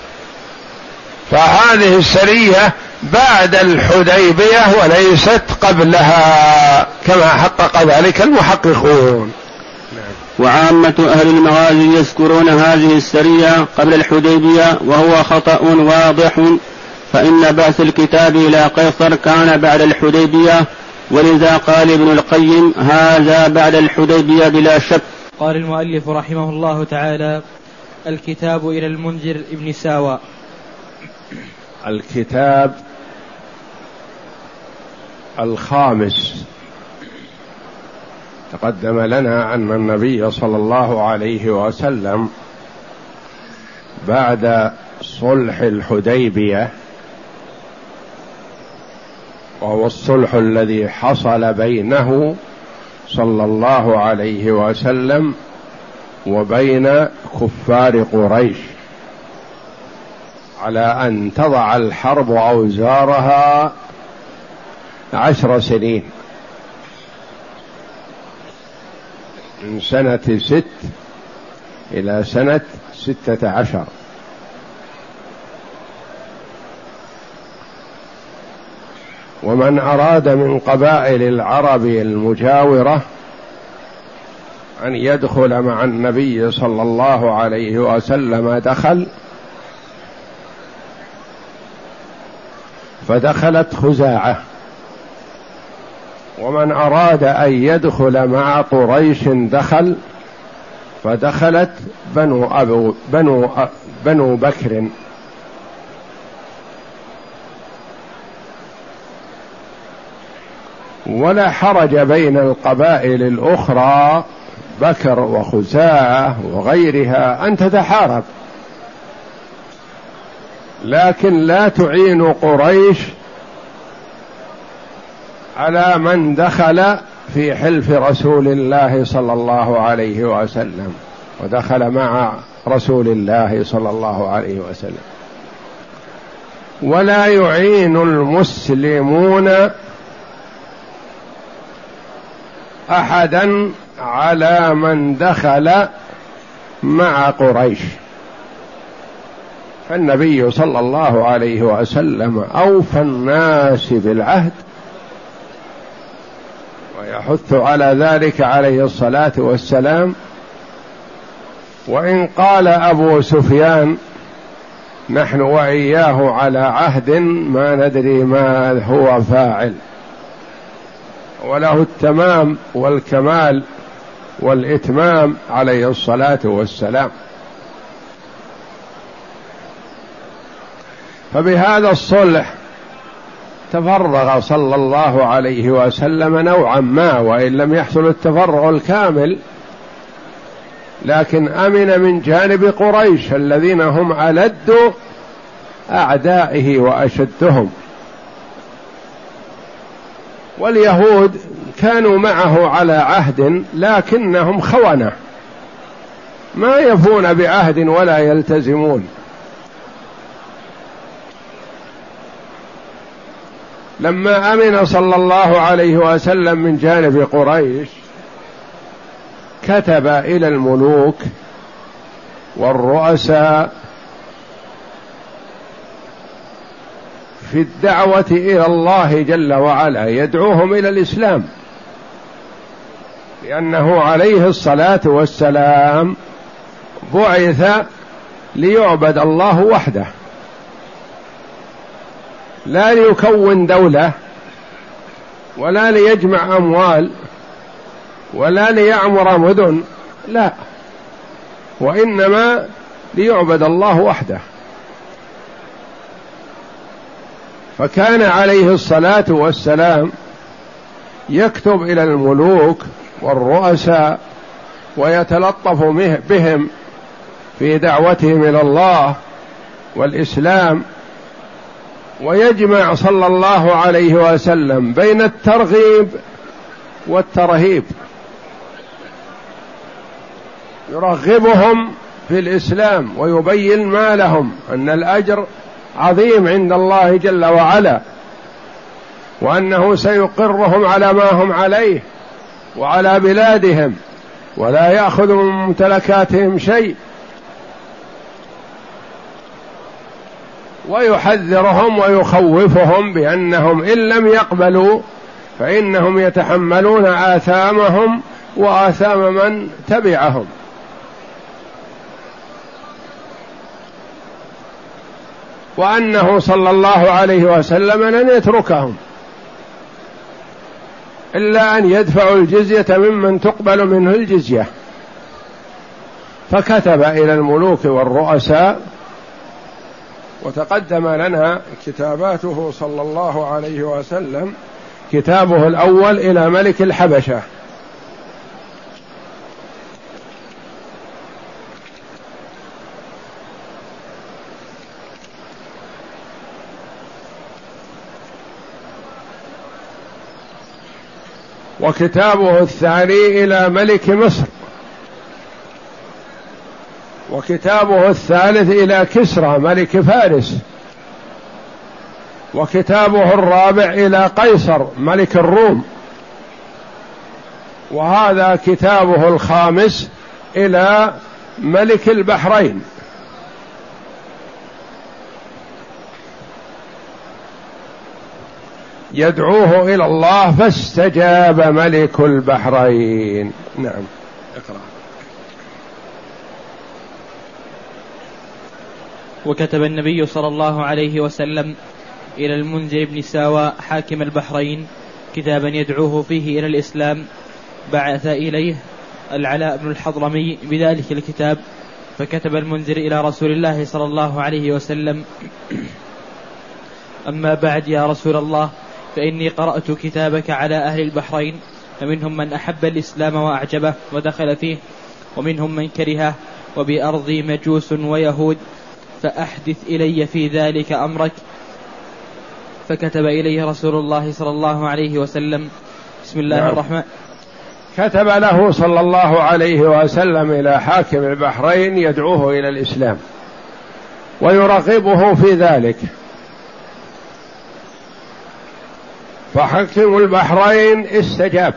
فهذه السرية بعد الحديبية وليست قبلها كما حقق ذلك المحققون. وعامة أهل المغازي يذكرون هذه السرية قبل الحديبية، وهو خطأ واضح، فإن بعث الكتاب إلى قيصر كان بعد الحديبية، ولذا قال ابن القيم هذا بعد الحديبية بلا شك. قال المؤلف رحمه الله تعالى: الكتاب إلى المنذر ابن ساوى. الكتاب الخامس، تقدم لنا أن النبي صلى الله عليه وسلم بعد صلح الحديبية، وهو الصلح الذي حصل بينه صلى الله عليه وسلم وبين كفار قريش على أن تضع الحرب أوزارها عشر سنين، من سنة ست إلى سنة ستة عشر، ومن أراد من قبائل العرب المجاورة أن يدخل مع النبي صلى الله عليه وسلم دخل، فدخلت خزاعة، ومن أراد أن يدخل مع قريش دخل، فدخلت بنو أبو بنو بنو بكر، ولا حرج بين القبائل الأخرى بكر وخزاعة وغيرها أن تتحارب، لكن لا تعين قريش على من دخل في حلف رسول الله صلى الله عليه وسلم ودخل مع رسول الله صلى الله عليه وسلم، ولا يعين المسلمون أحدا على من دخل مع قريش. فالنبي صلى الله عليه وسلم أوفى الناس بالعهد، ويحث على ذلك عليه الصلاة والسلام. وإن قال أبو سفيان نحن وإياه على عهد ما ندري ما هو فاعل، وله التمام والكمال والإتمام عليه الصلاة والسلام. فبهذا الصلح تفرغ صلى الله عليه وسلم نوعا ما، وإن لم يحصل التفرغ الكامل، لكن أمن من جانب قريش الذين هم ألد أعدائه وأشدهم. واليهود كانوا معه على عهد لكنهم خونة، ما يفون بعهد ولا يلتزمون. لما أمن صلى الله عليه وسلم من جانب قريش كتب إلى الملوك والرؤساء في الدعوة إلى الله جل وعلا، يدعوهم إلى الإسلام، لأنه عليه الصلاة والسلام بعث ليعبد الله وحده، لا ليكون دولة ولا ليجمع أموال ولا ليعمر مدن، لا، وإنما ليعبد الله وحده. فكان عليه الصلاة والسلام يكتب إلى الملوك والرؤساء ويتلطف بهم في دعوتهم إلى الله والإسلام، ويجمع صلى الله عليه وسلم بين الترغيب والترهيب، يرغبهم في الإسلام ويبين ما لهم أن الأجر عظيم عند الله جل وعلا، وأنه سيقرهم على ما هم عليه وعلى بلادهم، ولا يأخذ من ممتلكاتهم شيء، ويحذرهم ويخوفهم بأنهم إن لم يقبلوا فإنهم يتحملون آثامهم وآثام من تبعهم. وأنه صلى الله عليه وسلم لن يتركهم إلا أن يدفعوا الجزية ممن تقبل منه الجزية. فكتب إلى الملوك والرؤساء، وتقدم لنا كتاباته صلى الله عليه وسلم، كتابه الأول إلى ملك الحبشة، وكتابه الثاني إلى ملك مصر، وكتابه الثالث إلى كسرى ملك فارس، وكتابه الرابع إلى قيصر ملك الروم، وهذا كتابه الخامس إلى ملك البحرين. يدعوه إلى الله فاستجاب ملك البحرين. نعم، اقرأ. وكتب النبي صلى الله عليه وسلم إلى المنذر بن ساوى حاكم البحرين كتابا يدعوه فيه إلى الإسلام، بعث إليه العلاء بن الحضرمي بذلك الكتاب، فكتب المنذر إلى رسول الله صلى الله عليه وسلم: أما بعد يا رسول الله، فإني قرأت كتابك على أهل البحرين، فمنهم من أحب الإسلام وأعجبه ودخل فيه، ومنهم من كرهه، وبأرضي مجوس ويهود، فأحدث إلي في ذلك أمرك. فكتب إليه رسول الله صلى الله عليه وسلم: بسم الله نعم. الرحمن كتب له صلى الله عليه وسلم إلى حاكم البحرين يدعوه إلى الإسلام ويرغبه في ذلك، فحاكم البحرين استجاب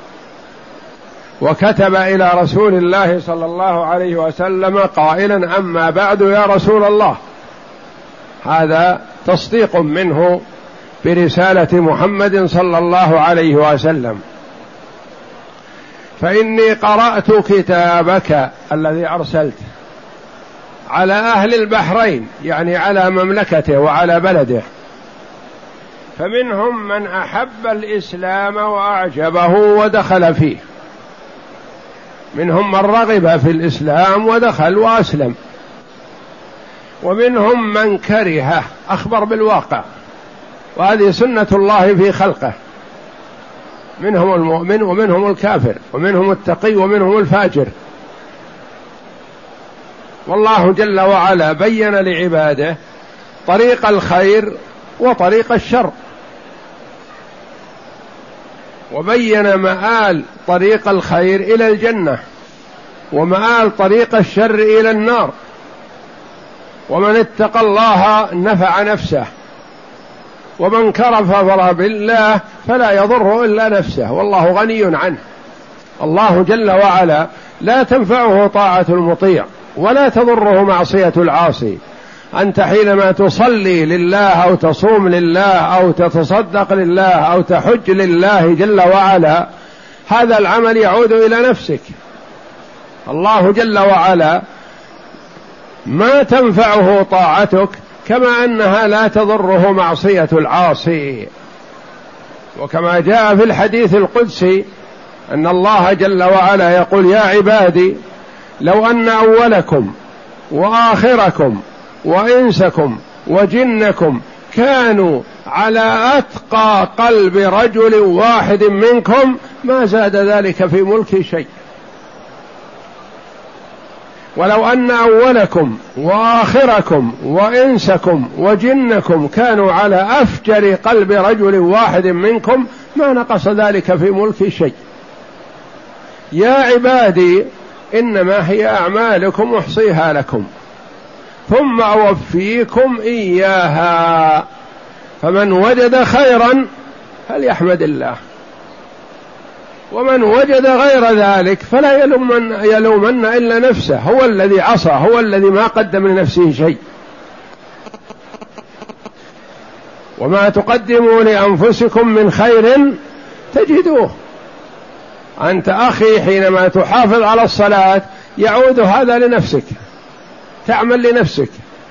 وكتب إلى رسول الله صلى الله عليه وسلم قائلا: أما بعد يا رسول الله. هذا تصديق منه برسالة محمد صلى الله عليه وسلم، فإني قرأت كتابك الذي أرسلت على أهل البحرين، يعني على مملكته وعلى بلده، فمنهم من أحب الإسلام وأعجبه ودخل فيه، منهم من رغب في الإسلام ودخل وأسلم، ومنهم من كرهه، أخبر بالواقع، وهذه سنة الله في خلقه، منهم المؤمن ومنهم الكافر، ومنهم التقي ومنهم الفاجر. والله جل وعلا بين لعباده طريق الخير وطريق الشر، وبين مآل طريق الخير إلى الجنة ومآل طريق الشر إلى النار. ومن اتقى الله نفع نفسه، ومن كفر بالله فلا يضره إلا نفسه والله غني عنه. الله جل وعلا لا تنفعه طاعة المطيع ولا تضره معصية العاصي. أنت حينما تصلي لله أو تصوم لله أو تتصدق لله أو تحج لله جل وعلا، هذا العمل يعود إلى نفسك. الله جل وعلا ما تنفعه طاعتك كما أنها لا تضره معصية العاصي. وكما جاء في الحديث القدسي أن الله جل وعلا يقول: يا عبادي لو أن أولكم وآخركم وإنسكم وجنكم كانوا على أتقى قلب رجل واحد منكم ما زاد ذلك في ملكي شيء. ولو أن أولكم وآخركم وإنسكم وجنكم كانوا على أفجر قلب رجل واحد منكم ما نقص ذلك في ملكي شيء. يا عبادي إنما هي أعمالكم أحصيها لكم ثم أوفيكم إياها، فمن وجد خيرا فليحمد الله، ومن وجد غير ذلك فلا يلومن, يلومن إلا نفسه، هو الذي عصى، هو الذي ما قدم لنفسه شيء. وما تقدموا لأنفسكم من خير تجدوه. أنت أخي حينما تحافظ على الصلاة يعود هذا لنفسك، تعمل لنفسك،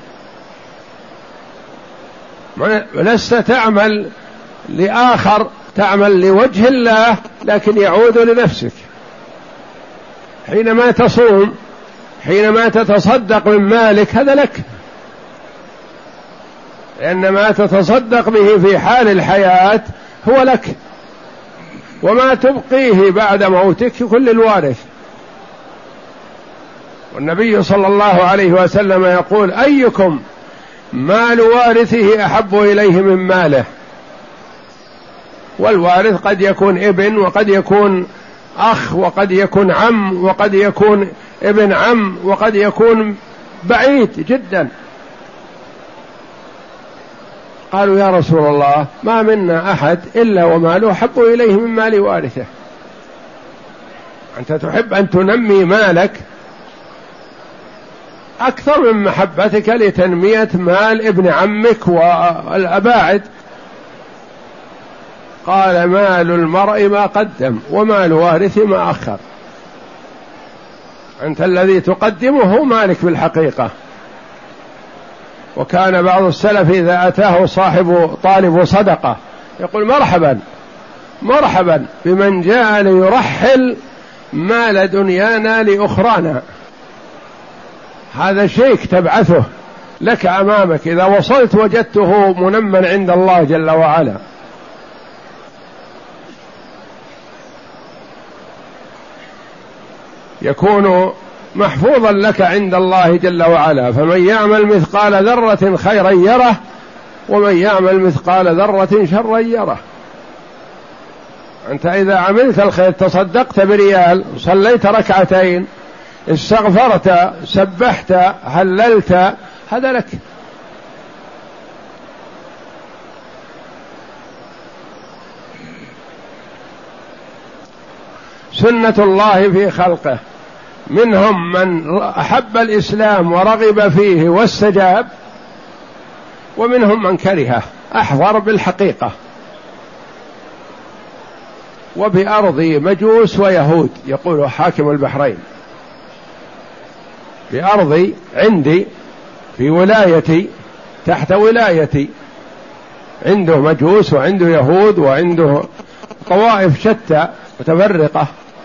لست تعمل لآخر، تعمل لوجه الله لكن يعود لنفسك. حينما تصوم، حينما تتصدق من مالك، هذا لك، لأن ما تتصدق به في حال الحياة هو لك، وما تبقيه بعد موتك كل الوارث. والنبي صلى الله عليه وسلم يقول: أيكم مال وارثه أحب إليه من ماله؟ والوارث قد يكون ابن، وقد يكون أخ، وقد يكون عم، وقد يكون ابن عم، وقد يكون بعيد جدا. قالوا: يا رسول الله ما منا أحد إلا وماله أحب إليه من مال وارثه. أنت تحب أن تنمي مالك أكثر من محبتك لتنمية مال ابن عمك والأباعد. قال: مال المرء ما قدم ومال وارث ما أخر. أنت الذي تقدمه مالك بالحقيقة. وكان بعض السلف إذا أتاه صاحب طالب صدقة يقول: مرحبا مرحبا بمن جاء ليرحل مال دنيانا لأخرانا. هذا شيك تبعثه لك أمامك، إذا وصلت وجدته منمن عند الله جل وعلا. يكون محفوظا لك عند الله جل وعلا. فمن يعمل مثقال ذرة خيرا يره، ومن يعمل مثقال ذرة شرا يره. أنت إذا عملت الخير، تصدقت بريال، صليت ركعتين، استغفرت، سبحت، هللت، هذا لك. سنة الله في خلقه، منهم من أحب الإسلام ورغب فيه واستجاب، ومنهم من كرهه، أحضر بالحقيقة. وبأرضي مجوس ويهود، يقول حاكم البحرين: بأرضي عندي في ولايتي تحت ولايتي عنده مجوس وعنده يهود وعنده طوائف شتى متفرقة.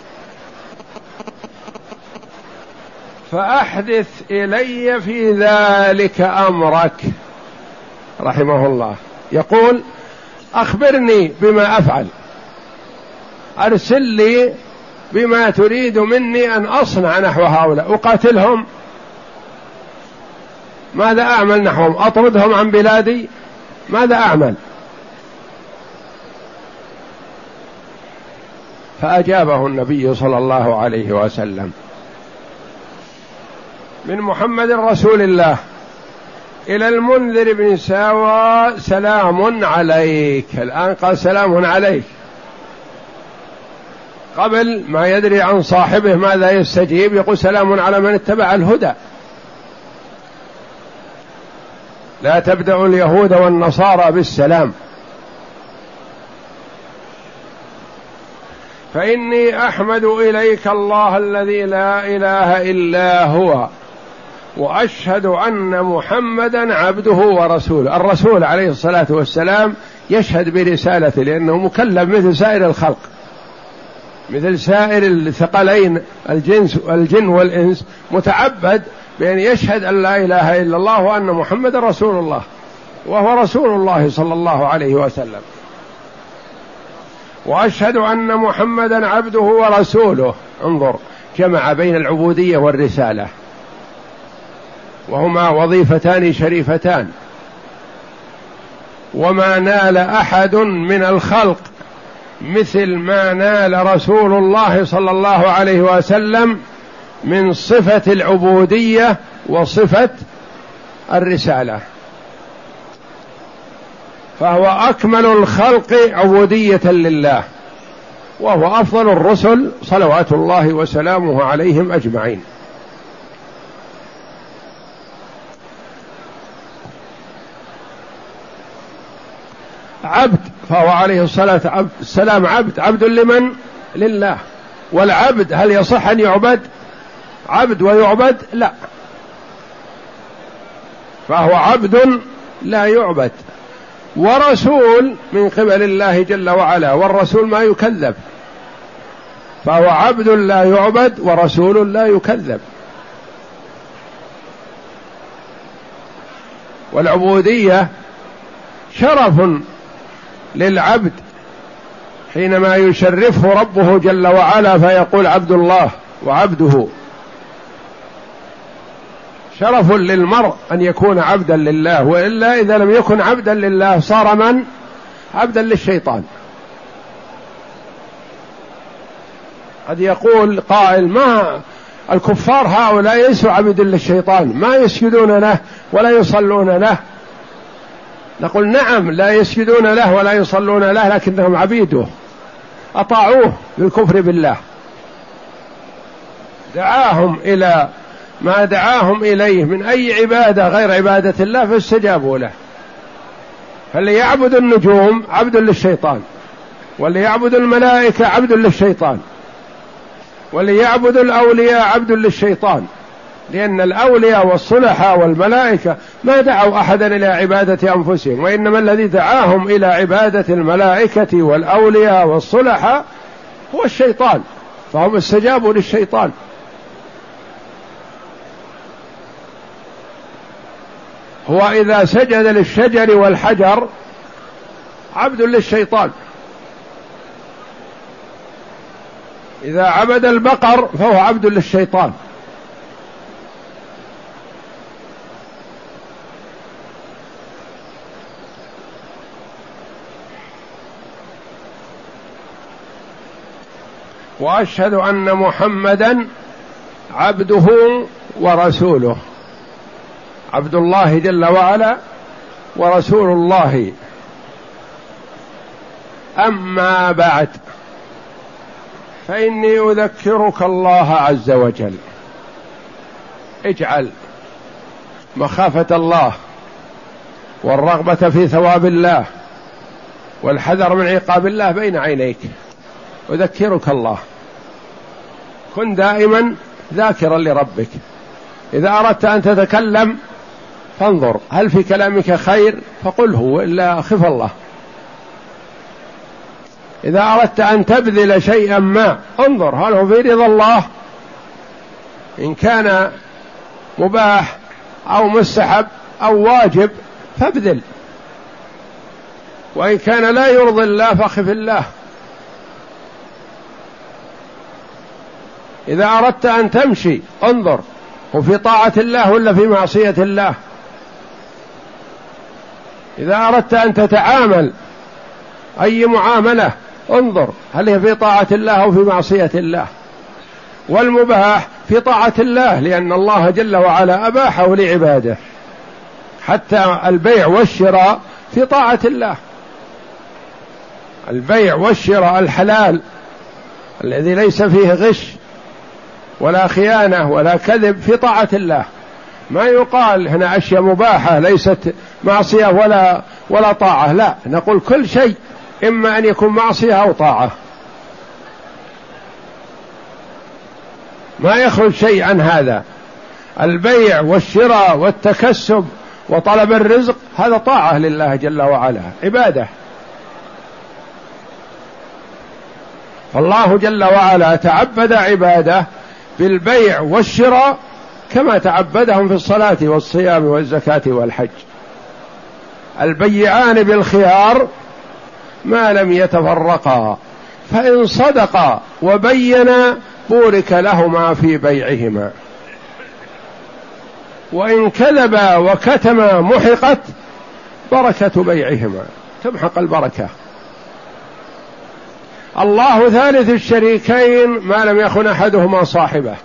فأحدث إلي في ذلك أمرك. رحمه الله يقول أخبرني بما أفعل، أرسل لي بما تريد مني أن أصنع نحو هؤلاء، أقاتلهم؟ ماذا أعمل نحوهم؟ أطردهم عن بلادي؟ ماذا أعمل؟ فأجابه النبي صلى الله عليه وسلم: من محمد رسول الله إلى المنذر بن ساوى سلام عليك. الآن قال سلام عليك، قبل ما يدري عن صاحبه ماذا يستجيب يقول سلام على من اتبع الهدى. لا تبدأ اليهود والنصارى بالسلام. فإني أحمد إليك الله الذي لا إله إلا هو، وأشهد أن محمدا عبده ورسوله. الرسول عليه الصلاة والسلام يشهد برسالته لأنه مكلف مثل سائر الخلق، مثل سائر الثقلين الجنس الجن والإنس، متعبد بأن يشهد أن لا إله إلا الله وأن محمدا رسول الله، وهو رسول الله صلى الله عليه وسلم. وأشهد أن محمدا عبده ورسوله. انظر، جمع بين العبودية والرسالة، وهما وظيفتان شريفتان. وما نال أحد من الخلق مثل ما نال رسول الله صلى الله عليه وسلم من صفة العبودية وصفة الرسالة، فهو أكمل الخلق عبودية لله، وهو أفضل الرسل صلوات الله وسلامه عليهم أجمعين. عبد، فهو عليه الصلاة والسلام عبد. عبد لمن؟ لله. والعبد هل يصح أن يعبد؟ عبد ويعبد؟ لا، فهو عبد لا يعبد. ورسول من قبل الله جل وعلا، والرسول ما يكذب، فهو عبد لا يعبد ورسول لا يكذب. والعبودية شرف للعبد حينما يشرفه ربه جل وعلا فيقول عبد الله وعبده. شرف للمرء أن يكون عبدا لله، وإلا إذا لم يكن عبدا لله صار من؟ عبدا للشيطان. قد يقول قائل: ما الكفار هؤلاء ليسوا عبد للشيطان، ما يسجدون له ولا يصلون له. نقول: نعم، لا يسجدون له ولا يصلون له، لكنهم عبيده، أطاعوه بالكفر بالله، دعاهم إلى ما دعاهم إليه من أي عبادة غير عبادة الله فاستجابوا له. فاللي يعبد النجوم عبد للشيطان، واللي يعبد الملائكة عبد للشيطان، واللي يعبد الأولياء عبد للشيطان، لأن الأولياء والصلحاء والملائكة ما دعوا أحدا إلى عبادة أنفسهم، وإنما الذي دعاهم إلى عبادة الملائكة والأولياء والصلحاء هو الشيطان، فهم استجابوا للشيطان. هو إذا سجد للشجر والحجر عبد للشيطان، إذا عبد البقر فهو عبد للشيطان. وأشهد أن محمدا عبده ورسوله، عبد الله جل وعلا ورسول الله. أما بعد، فإني أذكرك الله عز وجل. اجعل مخافة الله والرغبة في ثواب الله والحذر من عقاب الله بين عينيك. أذكرك الله، كن دائما ذاكرا لربك. إذا أردت أن تتكلم فانظر هل في كلامك خير فقله، وإلا خف الله. إذا أردت أن تبذل شيئا ما انظر هل هو في رضا الله، إن كان مباح أو مستحب أو واجب فابذل، وإن كان لا يرضي الله فخف الله. إذا أردت أن تمشي انظر هو في طاعة الله ولا في معصية الله. إذا أردت أن تتعامل أي معاملة انظر هل هي في طاعة الله أو في معصية الله. والمباح في طاعة الله، لأن الله جل وعلا أباحه لعباده، حتى البيع والشراء في طاعة الله. البيع والشراء الحلال الذي ليس فيه غش ولا خيانة ولا كذب في طاعة الله. ما يقال هنا أشياء مباحة ليست معصية ولا ولا طاعة، لا، نقول كل شيء إما أن يكون معصية أو طاعة، ما يخرج شيء عن هذا. البيع والشراء والتكسب وطلب الرزق هذا طاعة لله جل وعلا، عبادة. فالله جل وعلا تعبد عباده بالبيع والشراء كما تعبدهم في الصلاة والصيام والزكاة والحج. البيعان بالخيار ما لم يتفرقا، فإن صدقا وبينا بورك لهما في بيعهما، وإن كذبا وكتما محقت بركة بيعهما، تمحق البركة. الله ثالث الشريكين ما لم يخن أحدهما صاحبه.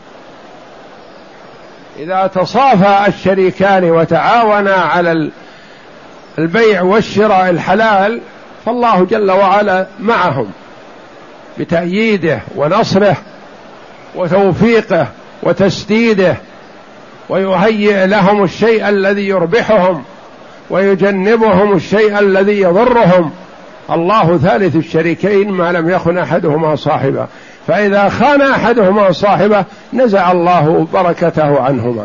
إذا تصافى الشريكان وتعاونا على البيع والشراء الحلال فالله جل وعلا معهم بتأييده ونصره وتوفيقه وتسديده، ويهيئ لهم الشيء الذي يربحهم ويجنبهم الشيء الذي يضرهم. الله ثالث الشريكين ما لم يخن أحدهما صاحبه، فإذا خان أحدهما صاحبه نزع الله بركته عنهما.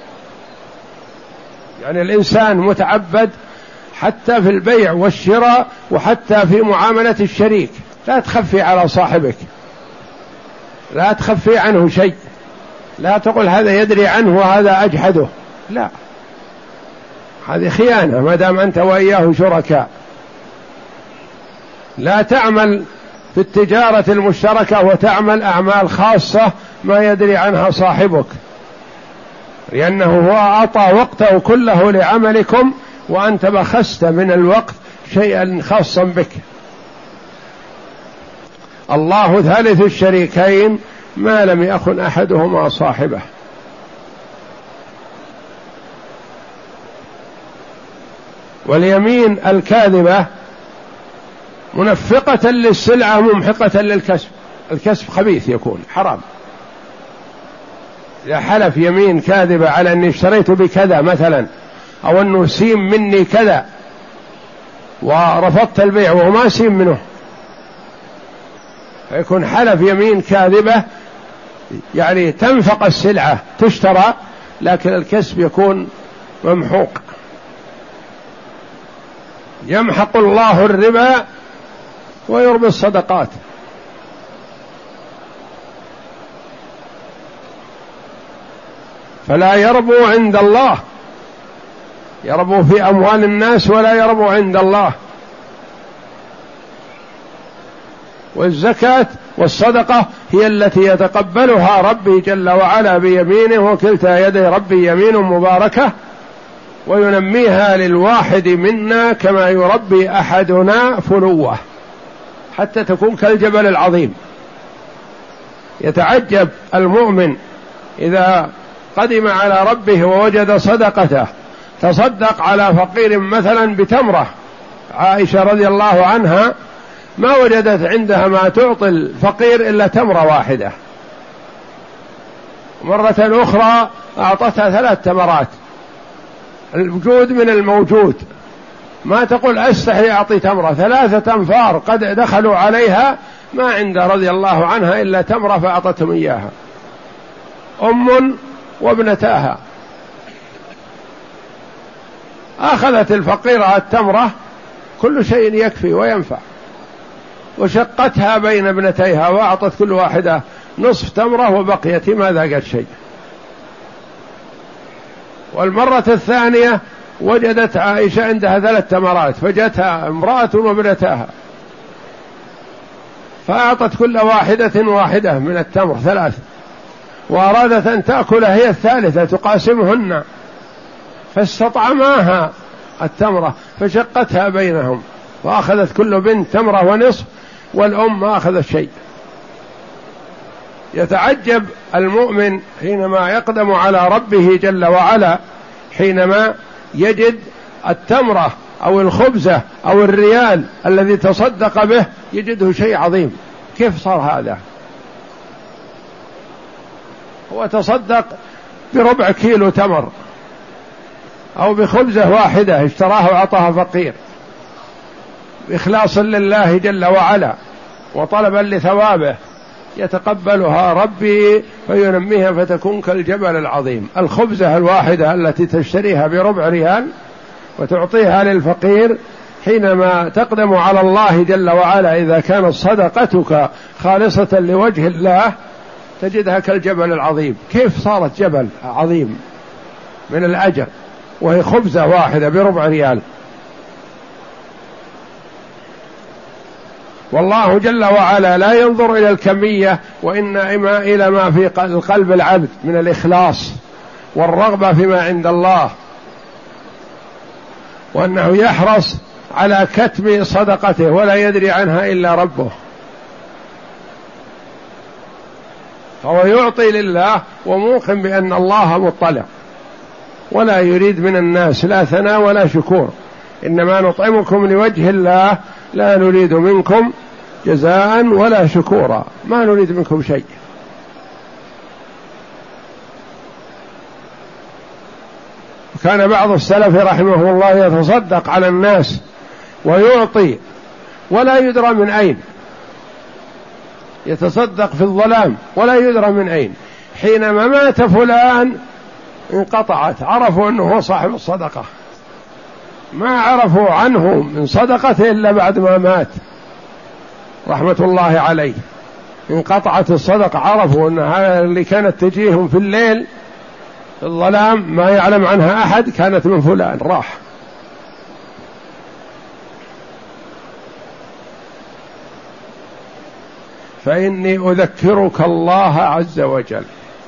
يعني الإنسان متعبد حتى في البيع والشراء وحتى في معاملة الشريك، لا تخفي على صاحبك، لا تخفي عنه شيء، لا تقول هذا يدري عنه وهذا أجحده، لا، هذه خيانة ما دام أنت وإياه شركاء. لا تعمل في التجارة المشتركة وتعمل أعمال خاصة ما يدري عنها صاحبك، لأنه هو أعطى وقته كله لعملكم وأنت بخست من الوقت شيئا خاصا بك. الله ثالث الشريكين ما لم يخن أحدهما صاحبه. واليمين الكاذبة منفقة للسلعة ممحقة للكسب، الكسب خبيث يكون حرام. إذا حلف يمين كاذبة على أني اشتريت بكذا مثلا، أو أنه سيم مني كذا ورفضت البيع وهو ما سيم منه، فيكون حلف يمين كاذبة يعني تنفق السلعة تشترى لكن الكسب يكون ممحوق. يمحق الله الربا ويربي الصدقات. فلا يربو عند الله، يربو في أموال الناس ولا يربو عند الله. والزكاة والصدقة هي التي يتقبلها ربي جل وعلا بيمينه، وكلتا يدي ربي يمين مباركة، وينميها للواحد منا كما يربي أحدنا فلوه حتى تكون كالجبل العظيم. يتعجب المؤمن إذا قدم على ربه ووجد صدقته، تصدق على فقير مثلا بتمرة. عائشة رضي الله عنها ما وجدت عندها ما تعطي الفقير إلا تمرة واحدة، مرة أخرى أعطتها ثلاث تمرات، الوجود من الموجود، ما تقول أستحي أعطي تمرة، ثلاثة أنفار قد دخلوا عليها ما عند رضي الله عنها إلا تمرة فأعطتهم إياها، أم وابنتاها. أخذت الفقيرة التمرة، كل شيء يكفي وينفع، وشقتها بين ابنتيها وأعطت كل واحدة نصف تمرة وبقيت ما ذاقت شيء. والمرة الثانية وجدت عائشة عندها ثلاث تمرات، فجتها امرأة وابنتها فأعطت كل واحدة واحدة من التمر ثلاث، وأرادت أن تأكل هي الثالثة تقاسمهن، فاستطعماها التمرة فشقتها بينهم، وأخذت كل بنت تمرة ونصف، والأم ما أخذت شيء. يتعجب المؤمن حينما يقدم على ربه جل وعلا، حينما يجد التمرة أو الخبزة أو الريال الذي تصدق به يجده شيء عظيم. كيف صار هذا؟ هو تصدق بربع كيلو تمر أو بخبزة واحدة اشتراها وعطاها فقير إخلاصا لله جل وعلا وطلبا لثوابه، يتقبلها ربي فينميها فتكون كالجبل العظيم. الخبزة الواحدة التي تشتريها بربع ريال وتعطيها للفقير، حينما تقدم على الله جل وعلا إذا كانت صدقتك خالصة لوجه الله تجدها كالجبل العظيم. كيف صارت جبل عظيم من الأجر وهي خبزة واحدة بربع ريال؟ والله جل وعلا لا ينظر إلى الكمية، وإنما إلى ما في قلب العبد من الإخلاص والرغبة فيما عند الله، وأنه يحرص على كتم صدقته ولا يدري عنها إلا ربه، فهو يعطي لله وموقن بأن الله مطلع، ولا يريد من الناس لا ثناء ولا شكور، إنما نطعمكم لوجه الله لا نريد منكم جزاء ولا شكورا، ما نريد منكم شيء. وكان بعض السلف رحمه الله يتصدق على الناس ويعطي ولا يدرى من أين، يتصدق في الظلام ولا يدرى من أين. حينما مات فلان انقطعت، عرفوا أنه هو صاحب الصدقة، ما عرفوا عنه من صدقته إلا بعد ما مات رحمة الله عليه، انقطعت الصدقة، عرفوا أن هذا اللي كانت تجيهم في الليل في الظلام ما يعلم عنها أحد كانت من فلان، راح. فإني أذكرك الله عز وجل،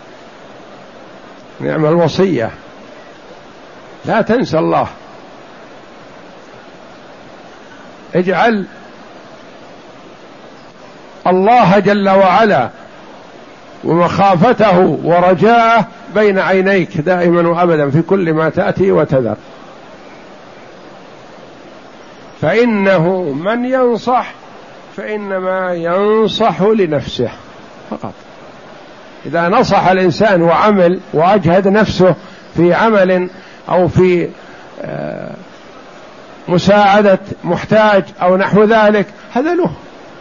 نعم الوصية، لا تنسى الله، اجعل الله جل وعلا ومخافته ورجاءه بين عينيك دائما وأبدا في كل ما تأتي وتذر، فإنه من ينصح فإنما ينصح لنفسه فقط. إذا نصح الإنسان وعمل وأجهد نفسه في عمل أو في مساعدة محتاج أو نحو ذلك، هذا له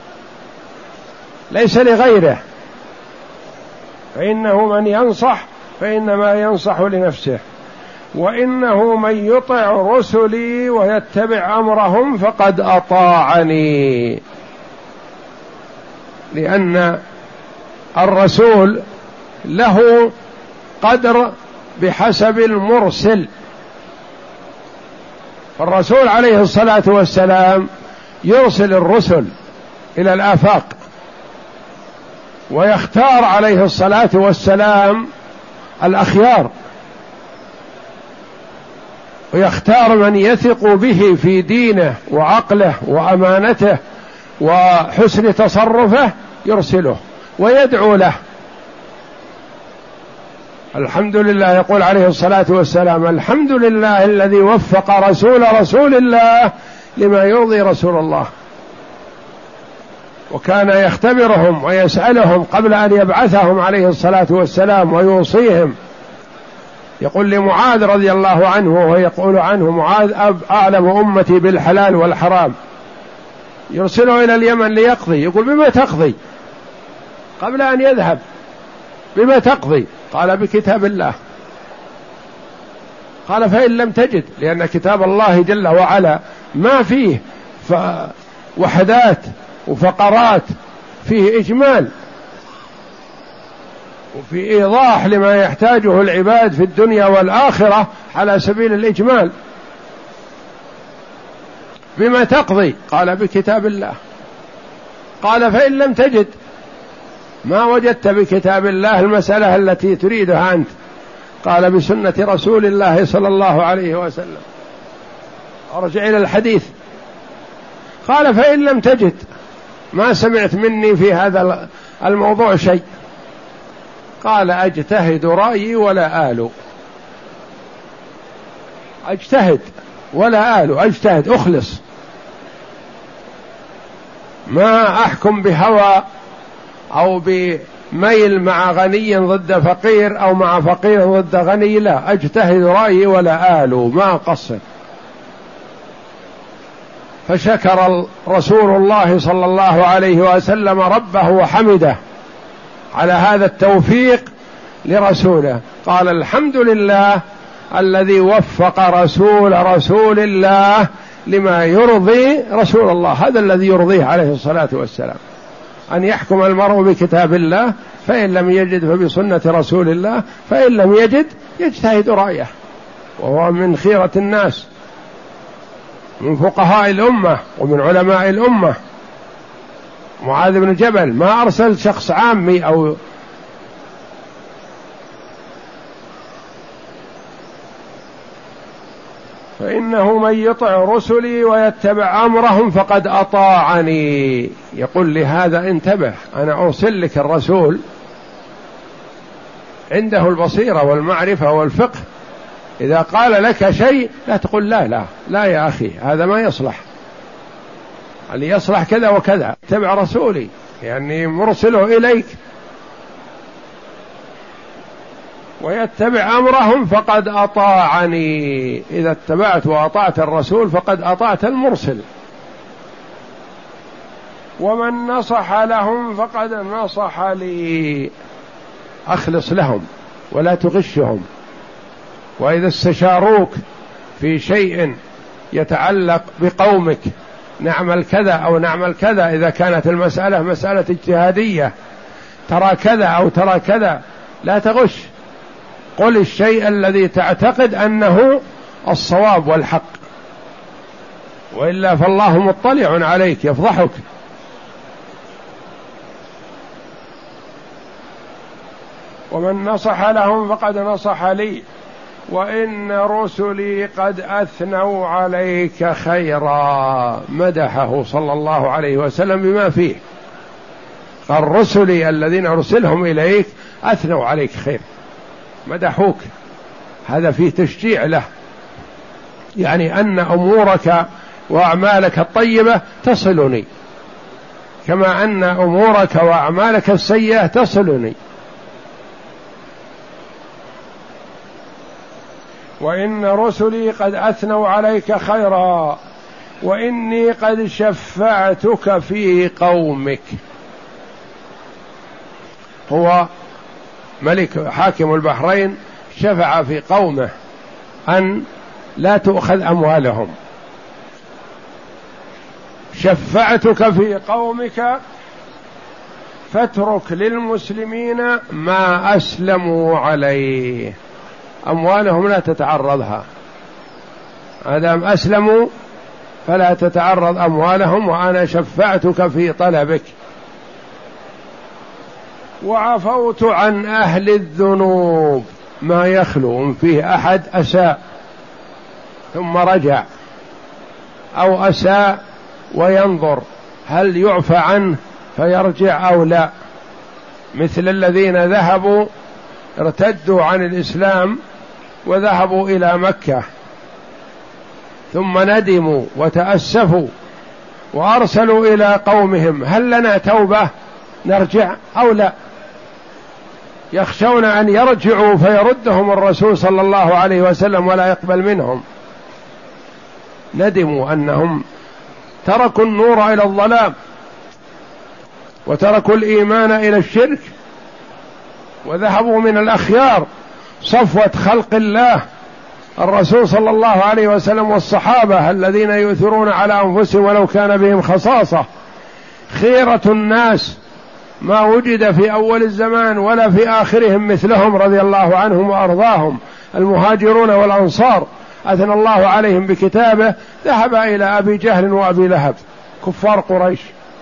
ليس لغيره، فإنه من ينصح فإنما ينصح لنفسه، وإنه من يطع رسلي ويتبع أمرهم فقد أطاعني، لأن الرسول له قدر بحسب المرسل. فالرسول عليه الصلاة والسلام يرسل الرسل إلى الآفاق، ويختار عليه الصلاة والسلام الأخيار، ويختار من يثق به في دينه وعقله وأمانته وحسن تصرفه يرسله ويدعو له. الحمد لله، يقول عليه الصلاة والسلام: الحمد لله الذي وفق رسول رسول الله لما يرضي رسول الله. وكان يختبرهم ويسألهم قبل أن يبعثهم عليه الصلاة والسلام ويوصيهم. يقول لمعاذ رضي الله عنه وهو يقول عنه: معاذ أعلم أمتي بالحلال والحرام، يرسله إلى اليمن ليقضي، يقول: بما تقضي؟ قبل أن يذهب: بما تقضي؟ قال: بكتاب الله. قال فإن لم تجد، لأن كتاب الله جل وعلا ما فيه وحدات وفقرات، فيه إجمال وفي إيضاح لما يحتاجه العباد في الدنيا والآخرة على سبيل الإجمال. بما تقضي؟ قال بكتاب الله. قال فإن لم تجد، ما وجدت بكتاب الله المسألة التي تريدها أنت؟ قال بسنة رسول الله صلى الله عليه وسلم. أرجع إلى الحديث. قال فإن لم تجد، ما سمعت مني في هذا الموضوع شيء. قال أجتهد رأيي ولا آل. أجتهد ولا آل، أجتهد أخلص، ما أحكم بهوى أو بميل مع غني ضد فقير أو مع فقير ضد غني، لا، أجتهد رأيي ولا آل، ما أقصر. فشكر رسول الله صلى الله عليه وسلم ربه وحمده على هذا التوفيق لرسوله. قال الحمد لله الذي وفق رسول رسول الله لما يرضي رسول الله. هذا الذي يرضيه عليه الصلاة والسلام، أن يحكم المرء بكتاب الله، فإن لم يجد فبسنة رسول الله، فإن لم يجد يجتهد رأيه، وهو من خيرة الناس، من فقهاء الأمة ومن علماء الأمة. معاذ بن جبل ما أرسل شخص عامي أو فإنه من يطع رسلي ويتبع أمرهم فقد أطاعني. يقول لهذا انتبه، أنا أرسل لك الرسول عنده البصيرة والمعرفة والفقه، إذا قال لك شيء لا تقول لا لا لا يا أخي هذا ما يصلح، اللي يصلح كذا وكذا. اتبع رسولي يعني مرسله إليك. ويتبع أمرهم فقد أطاعني، إذا اتبعت وأطعت الرسول فقد أطعت المرسل. ومن نصح لهم فقد نصح لي. أخلص لهم ولا تغشهم. وإذا استشاروك في شيء يتعلق بقومك، نعمل كذا أو نعمل كذا، إذا كانت المسألة مسألة اجتهادية، ترى كذا أو ترى كذا، لا تغش، قل الشيء الذي تعتقد أنه الصواب والحق، وإلا فالله مطلع عليك يفضحك. ومن نصح لهم فقد نصح لي، وإن رسلي قد أثنوا عليك خيرا. مدحه صلى الله عليه وسلم بما فيه، قال رسلي الذين أرسلهم إليك أثنوا عليك خير، مدحوك. هذا فيه تشجيع له، يعني أن أمورك وأعمالك الطيبة تصلني، كما أن أمورك وأعمالك السيئة تصلني. وإن رسلي قد أثنوا عليك خيرا، وإني قد شفعتك في قومك. هو ملك حاكم البحرين شفع في قومه أن لا تؤخذ أموالهم. شفعتك في قومك فاترك للمسلمين ما أسلموا عليه، أموالهم لا تتعرضها، أدام أسلموا فلا تتعرض أموالهم، وأنا شفعتك في طلبك. وعفوت عن أهل الذنوب، ما يخلو فيه أحد أساء ثم رجع، أو أساء وينظر هل يعفى عنه فيرجع أو لا، مثل الذين ذهبوا ارتدوا عن الإسلام وذهبوا إلى مكة ثم ندموا وتأسفوا وأرسلوا إلى قومهم هل لنا توبة نرجع أو لا، يخشون أن يرجعوا فيردهم الرسول صلى الله عليه وسلم ولا يقبل منهم. ندموا أنهم تركوا النور إلى الظلام، وتركوا الإيمان إلى الشرك، وذهبوا من الأخيار صفوة خلق الله الرسول صلى الله عليه وسلم والصحابة الذين يؤثرون على أنفسهم ولو كان بهم خصاصة، خيرة الناس ما وجد في أول الزمان ولا في آخرهم مثلهم رضي الله عنهم وأرضاهم، المهاجرون والأنصار أثنى الله عليهم بكتابه، ذهب إلى أبي جهل وأبي لهب كفار قريش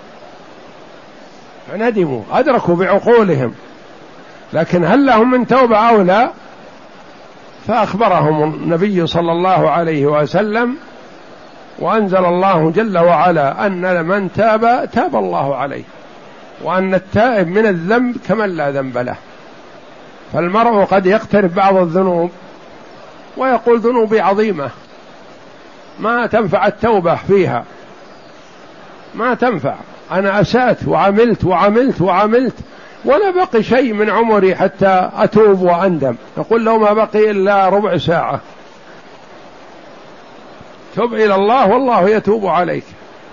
فندموا، أدركوا بعقولهم، لكن هل لهم من توبة أو لا؟ فأخبرهم النبي صلى الله عليه وسلم، وأنزل الله جل وعلا أن من تاب تاب الله عليه، وأن التائب من الذنب كمن لا ذنب له. فالمرء قد يقترف بعض الذنوب ويقول ذنوبي عظيمة ما تنفع التوبة فيها، ما تنفع، أنا أسأت وعملت وعملت وعملت ولا بقي شيء من عمري حتى أتوب وأندم. يقول لو ما بقي إلا ربع ساعة، تب إلى الله والله يتوب عليك.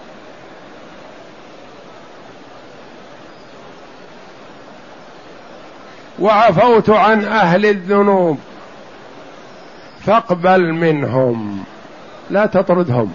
وعفوت عن أهل الذنوب فاقبل منهم، لا تطردهم،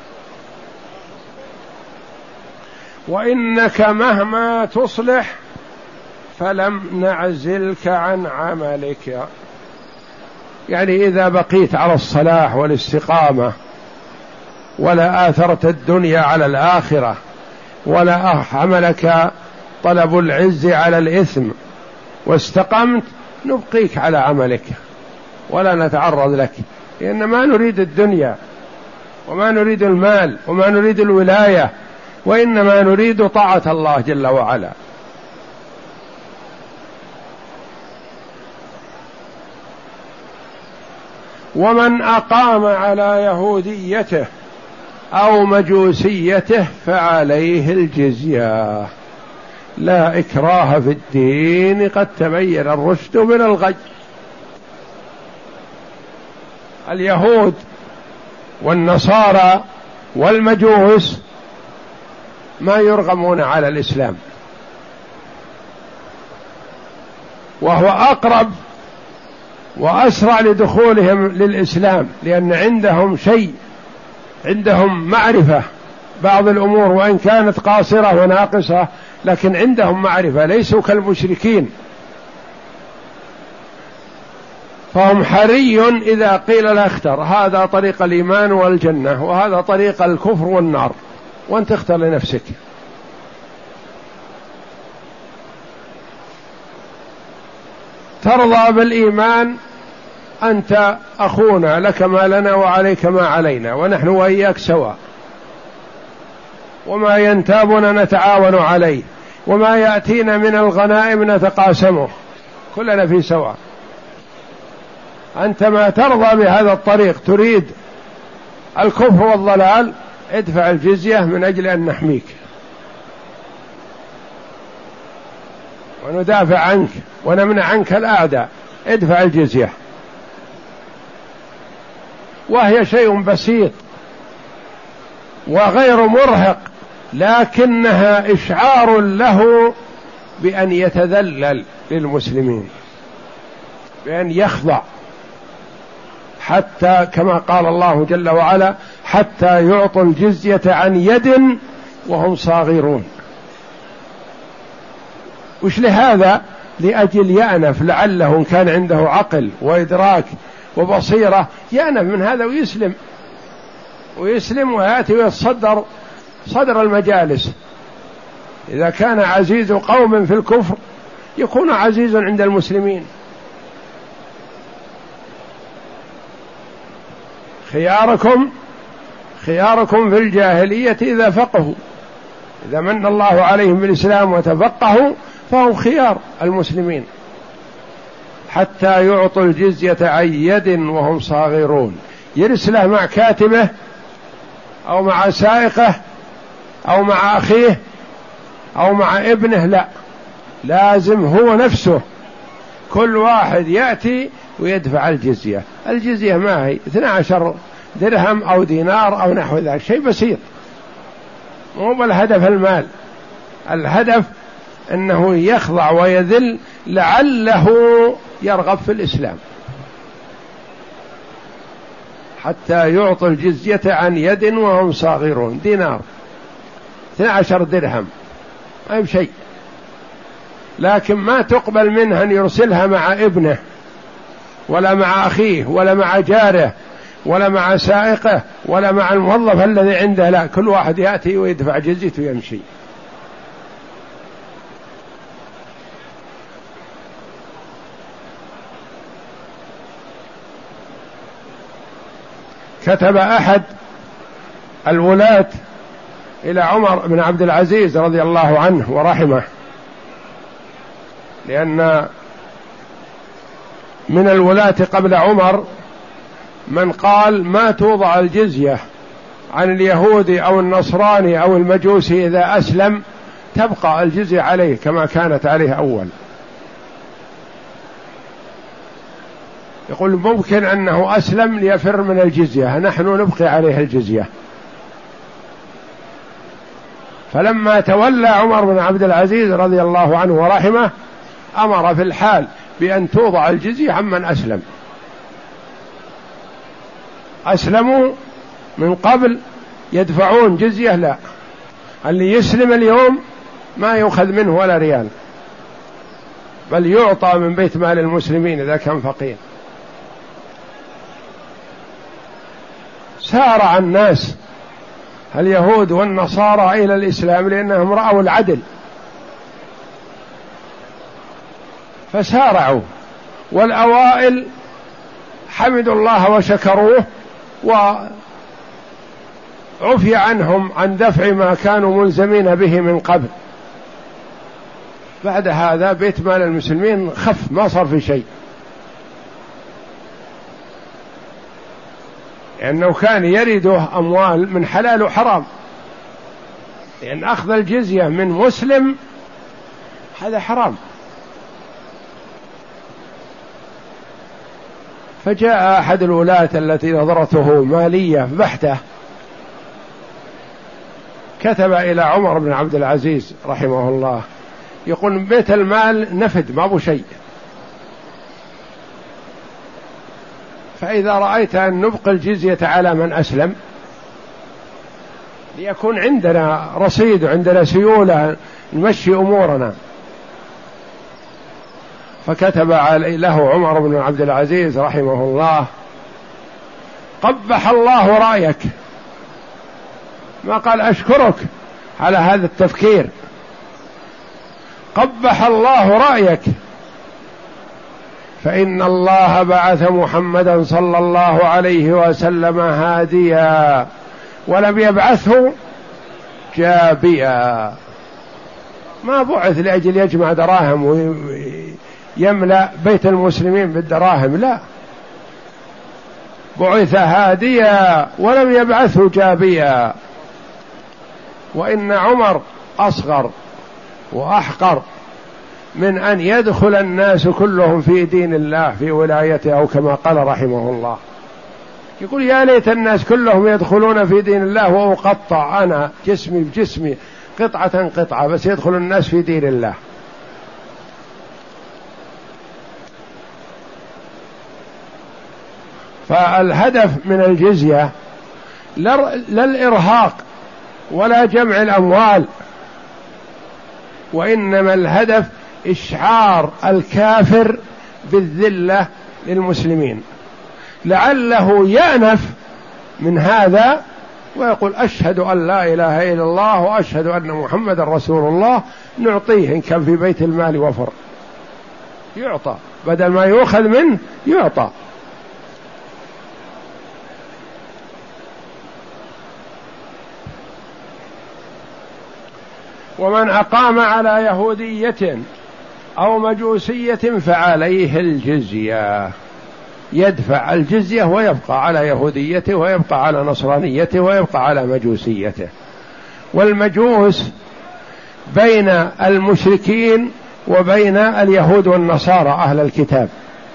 وإنك مهما تصلح فلم نعزلك عن عملك. يعني إذا بقيت على الصلاح والاستقامة ولا آثرت الدنيا على الآخرة ولا عملك طلب العز على الإثم واستقمت، نبقيك على عملك ولا نتعرض لك، لأن ما نريد الدنيا وما نريد المال وما نريد الولاية، وإنما نريد طاعة الله جل وعلا. ومن أقام على يهوديته أو مجوسيته فعليه الجزية، لا إكراه في الدين قد تبين الرشد من الغي. اليهود والنصارى والمجوس ما يرغمون على الإسلام، وهو أقرب وأسرع لدخولهم للإسلام، لأن عندهم شيء، عندهم معرفة بعض الأمور وإن كانت قاصرة وناقصة، لكن عندهم معرفة، ليسوا كالمشركين. فهم حري إذا قيل له اختر، هذا طريق الإيمان والجنة وهذا طريق الكفر والنار، وأنت اختر لنفسك. ترضى بالإيمان، أنت أخونا، لك ما لنا وعليك ما علينا، ونحن وإياك سواء، وما ينتابنا نتعاون عليه، وما يأتينا من الغنائم نتقاسمه، كلنا في سواء. أنت ما ترضى بهذا الطريق، تريد الكفر والضلال، ادفع الجزية من أجل أن نحميك وندافع عنك ونمنع عنك الأعداء، ادفع الجزية. وهي شيء بسيط وغير مرهق، لكنها إشعار له بأن يتذلل للمسلمين، بأن يخضع، حتى كما قال الله جل وعلا حتى يعطوا الجزية عن يد وهم صاغرون. وش لهذا؟ لأجل يأنف، لعله إن كان عنده عقل وإدراك وبصيرة يأنف من هذا ويسلم ويسلم ويأتي ويتصدر صدر المجالس. إذا كان عزيز قوم في الكفر يكون عزيز عند المسلمين. خياركم خياركم في الجاهلية إذا فقهوا، إذا من الله عليهم بالإسلام وتفقهوا فهم خيار المسلمين، حتى يعطوا الجزية عن يد وهم صاغرون. يرسله مع كاتبه أو مع سائقه أو مع أخيه أو مع ابنه، لا، لازم هو نفسه كل واحد يأتي ويدفع الجزية. الجزية ما هي اثني عشر درهم أو دينار أو نحو ذلك، شيء بسيط، مو بالهدف المال، الهدف أنه يخضع ويذل لعله يرغب في الإسلام. حتى يعطوا الجزية عن يد وهم صاغرون، دينار اثني عشر درهم أي شيء، لكن ما تقبل منه أن يرسلها مع ابنه ولا مع أخيه ولا مع جاره ولا مع سائقه ولا مع الموظف الذي عنده، لا، كل واحد يأتي ويدفع جزيته ويمشي. كتب أحد الولاة إلى عمر بن عبد العزيز رضي الله عنه ورحمه، لأن من الولاة قبل عمر من قال ما توضع الجزية عن اليهودي أو النصراني أو المجوسي إذا أسلم، تبقى الجزية عليه كما كانت عليه أول. يقول ممكن أنه أسلم ليفر من الجزية، نحن نبقي عليه الجزية. فلما تولى عمر بن عبد العزيز رضي الله عنه ورحمه أمر في الحال بأن توضع الجزية عمن أسلم. أسلموا من قبل يدفعون جزية، لا، اللي يسلم اليوم ما يؤخذ منه ولا ريال، بل يعطى من بيت مال المسلمين إذا كان فقير. سارع الناس اليهود والنصارى إلى الإسلام لأنهم رأوا العدل فسارعوا، والأوائل حمدوا الله وشكروه وعفي عنهم عن دفع ما كانوا ملزمين به من قبل. بعد هذا بيت مال المسلمين خف، ما صار في شيء، لأنه كان يرده أموال من حلال وحرام، لأن أخذ الجزية من مسلم هذا حرام. فجاء أحد الولاة التي نظرته مالية بحتة كتب إلى عمر بن عبد العزيز رحمه الله يقول بيت المال نفد ما أبو شيء، فإذا رأيت أن نبقي الجزية على من أسلم ليكون عندنا رصيد وعندنا سيولة نمشي أمورنا. فكتب له عمر بن عبد العزيز رحمه الله قبح الله رأيك، ما قال أشكرك على هذا التفكير، قبح الله رأيك، فإن الله بعث محمدا صلى الله عليه وسلم هاديا ولم يبعثه جابيا. ما بعث لأجل يجمع دراهم ويملأ بيت المسلمين بالدراهم، لا، بعث هاديا ولم يبعثه جابيا. وإن عمر أصغر وأحقر من أن يدخل الناس كلهم في دين الله في ولايته، أو كما قال رحمه الله، يقول يا ليت الناس كلهم يدخلون في دين الله وأقطع أنا جسمي بجسمي قطعة قطعة، بس يدخل الناس في دين الله. فالهدف من الجزية لا الإرهاق ولا جمع الأموال، وإنما الهدف إشعار الكافر بالذلة للمسلمين، لعله يأنف من هذا ويقول أشهد أن لا إله إلا الله وأشهد أن محمد رسول الله، نعطيه إن كان في بيت المال وفر، يعطى بدل ما يؤخذ منه يعطى. ومن أقام على يهودية أو مجوسية فعليه الجزية، يدفع الجزية ويبقى على يهوديته ويبقى على نصرانيته ويبقى على مجوسيته. والمجوس بين المشركين وبين اليهود والنصارى أهل الكتاب،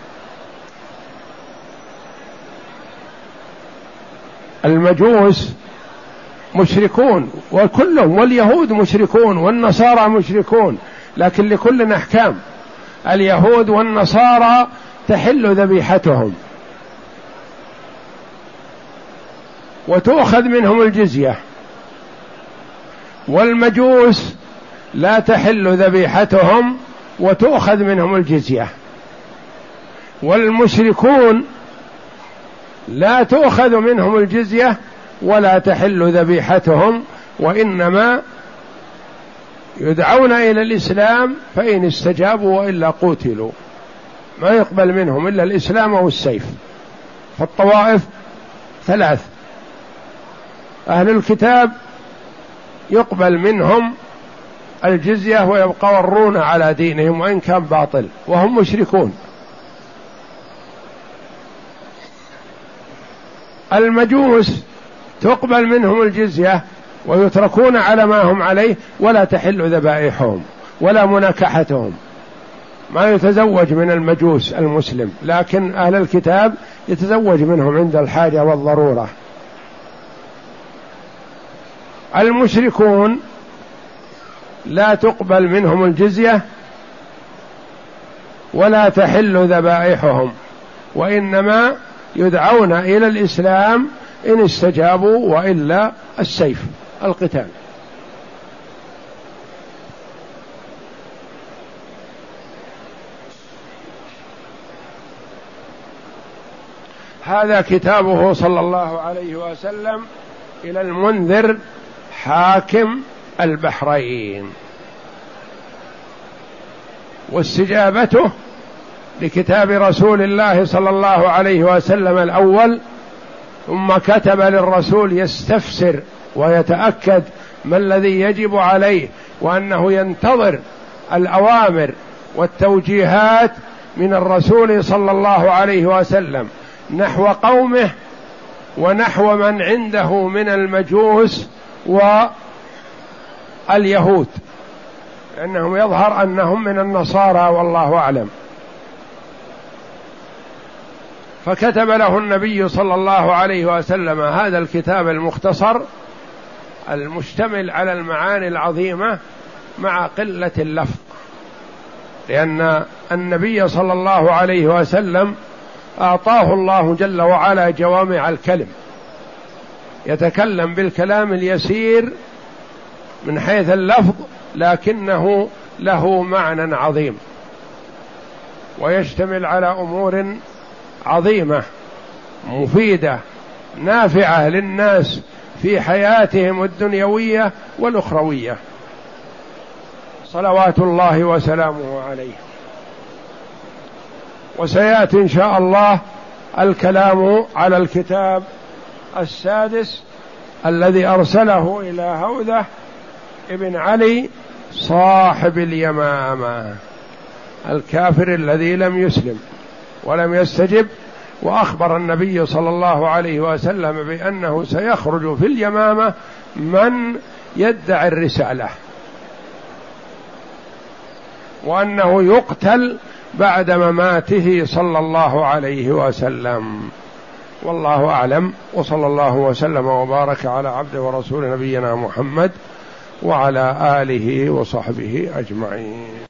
المجوس مشركون وكلهم، واليهود مشركون والنصارى مشركون، لكن لكل أحكام. اليهود والنصارى تحل ذبيحتهم، وتؤخذ منهم الجزية. والمجوس لا تحل ذبيحتهم وتؤخذ منهم الجزية. والمشركون لا تؤخذ منهم الجزية ولا تحل ذبيحتهم، وإنما يدعون إلى الإسلام فإن استجابوا وإلا قتلوا، ما يقبل منهم إلا الإسلام أو السيف. فالطوائف ثلاث: أهل الكتاب يقبل منهم الجزية ويبقون على دينهم وإن كان باطل وهم مشركون. المجوس تقبل منهم الجزية ويتركون على ما هم عليه ولا تحل ذبائحهم ولا مناكحتهم، ما يتزوج من المجوس المسلم، لكن أهل الكتاب يتزوج منهم عند الحاجة والضرورة. المشركون لا تقبل منهم الجزية ولا تحل ذبائحهم، وإنما يدعون إلى الإسلام إن استجابوا وإلا السيف، القتال. هذا كتابه صلى الله عليه وسلم إلى المنذر حاكم البحرين، واستجابته لكتاب رسول الله صلى الله عليه وسلم الأول، ثم كتب للرسول يستفسر ويتأكد ما الذي يجب عليه، وأنه ينتظر الأوامر والتوجيهات من الرسول صلى الله عليه وسلم نحو قومه ونحو من عنده من المجوس واليهود، لأنهم يظهر أنهم من النصارى والله أعلم. فكتب له النبي صلى الله عليه وسلم هذا الكتاب المختصر المشتمل على المعاني العظيمة مع قلة اللفظ، لأن النبي صلى الله عليه وسلم أعطاه الله جل وعلا جوامع الكلم، يتكلم بالكلام اليسير من حيث اللفظ لكنه له معنى عظيم، ويشتمل على أمور عظيمة مفيدة نافعة للناس في حياتهم الدنيوية والأخروية، صلوات الله وسلامه عليه. وسيأتي إن شاء الله الكلام على الكتاب السادس الذي أرسله إلى هوذة ابن علي صاحب اليمامة، الكافر الذي لم يسلم ولم يستجب، وأخبر النبي صلى الله عليه وسلم بأنه سيخرج في اليمامة من يدعي الرسالة، وأنه يقتل بعد مماته صلى الله عليه وسلم. والله أعلم، وصلى الله وسلم وبارك على عبده ورسول نبينا محمد وعلى آله وصحبه أجمعين.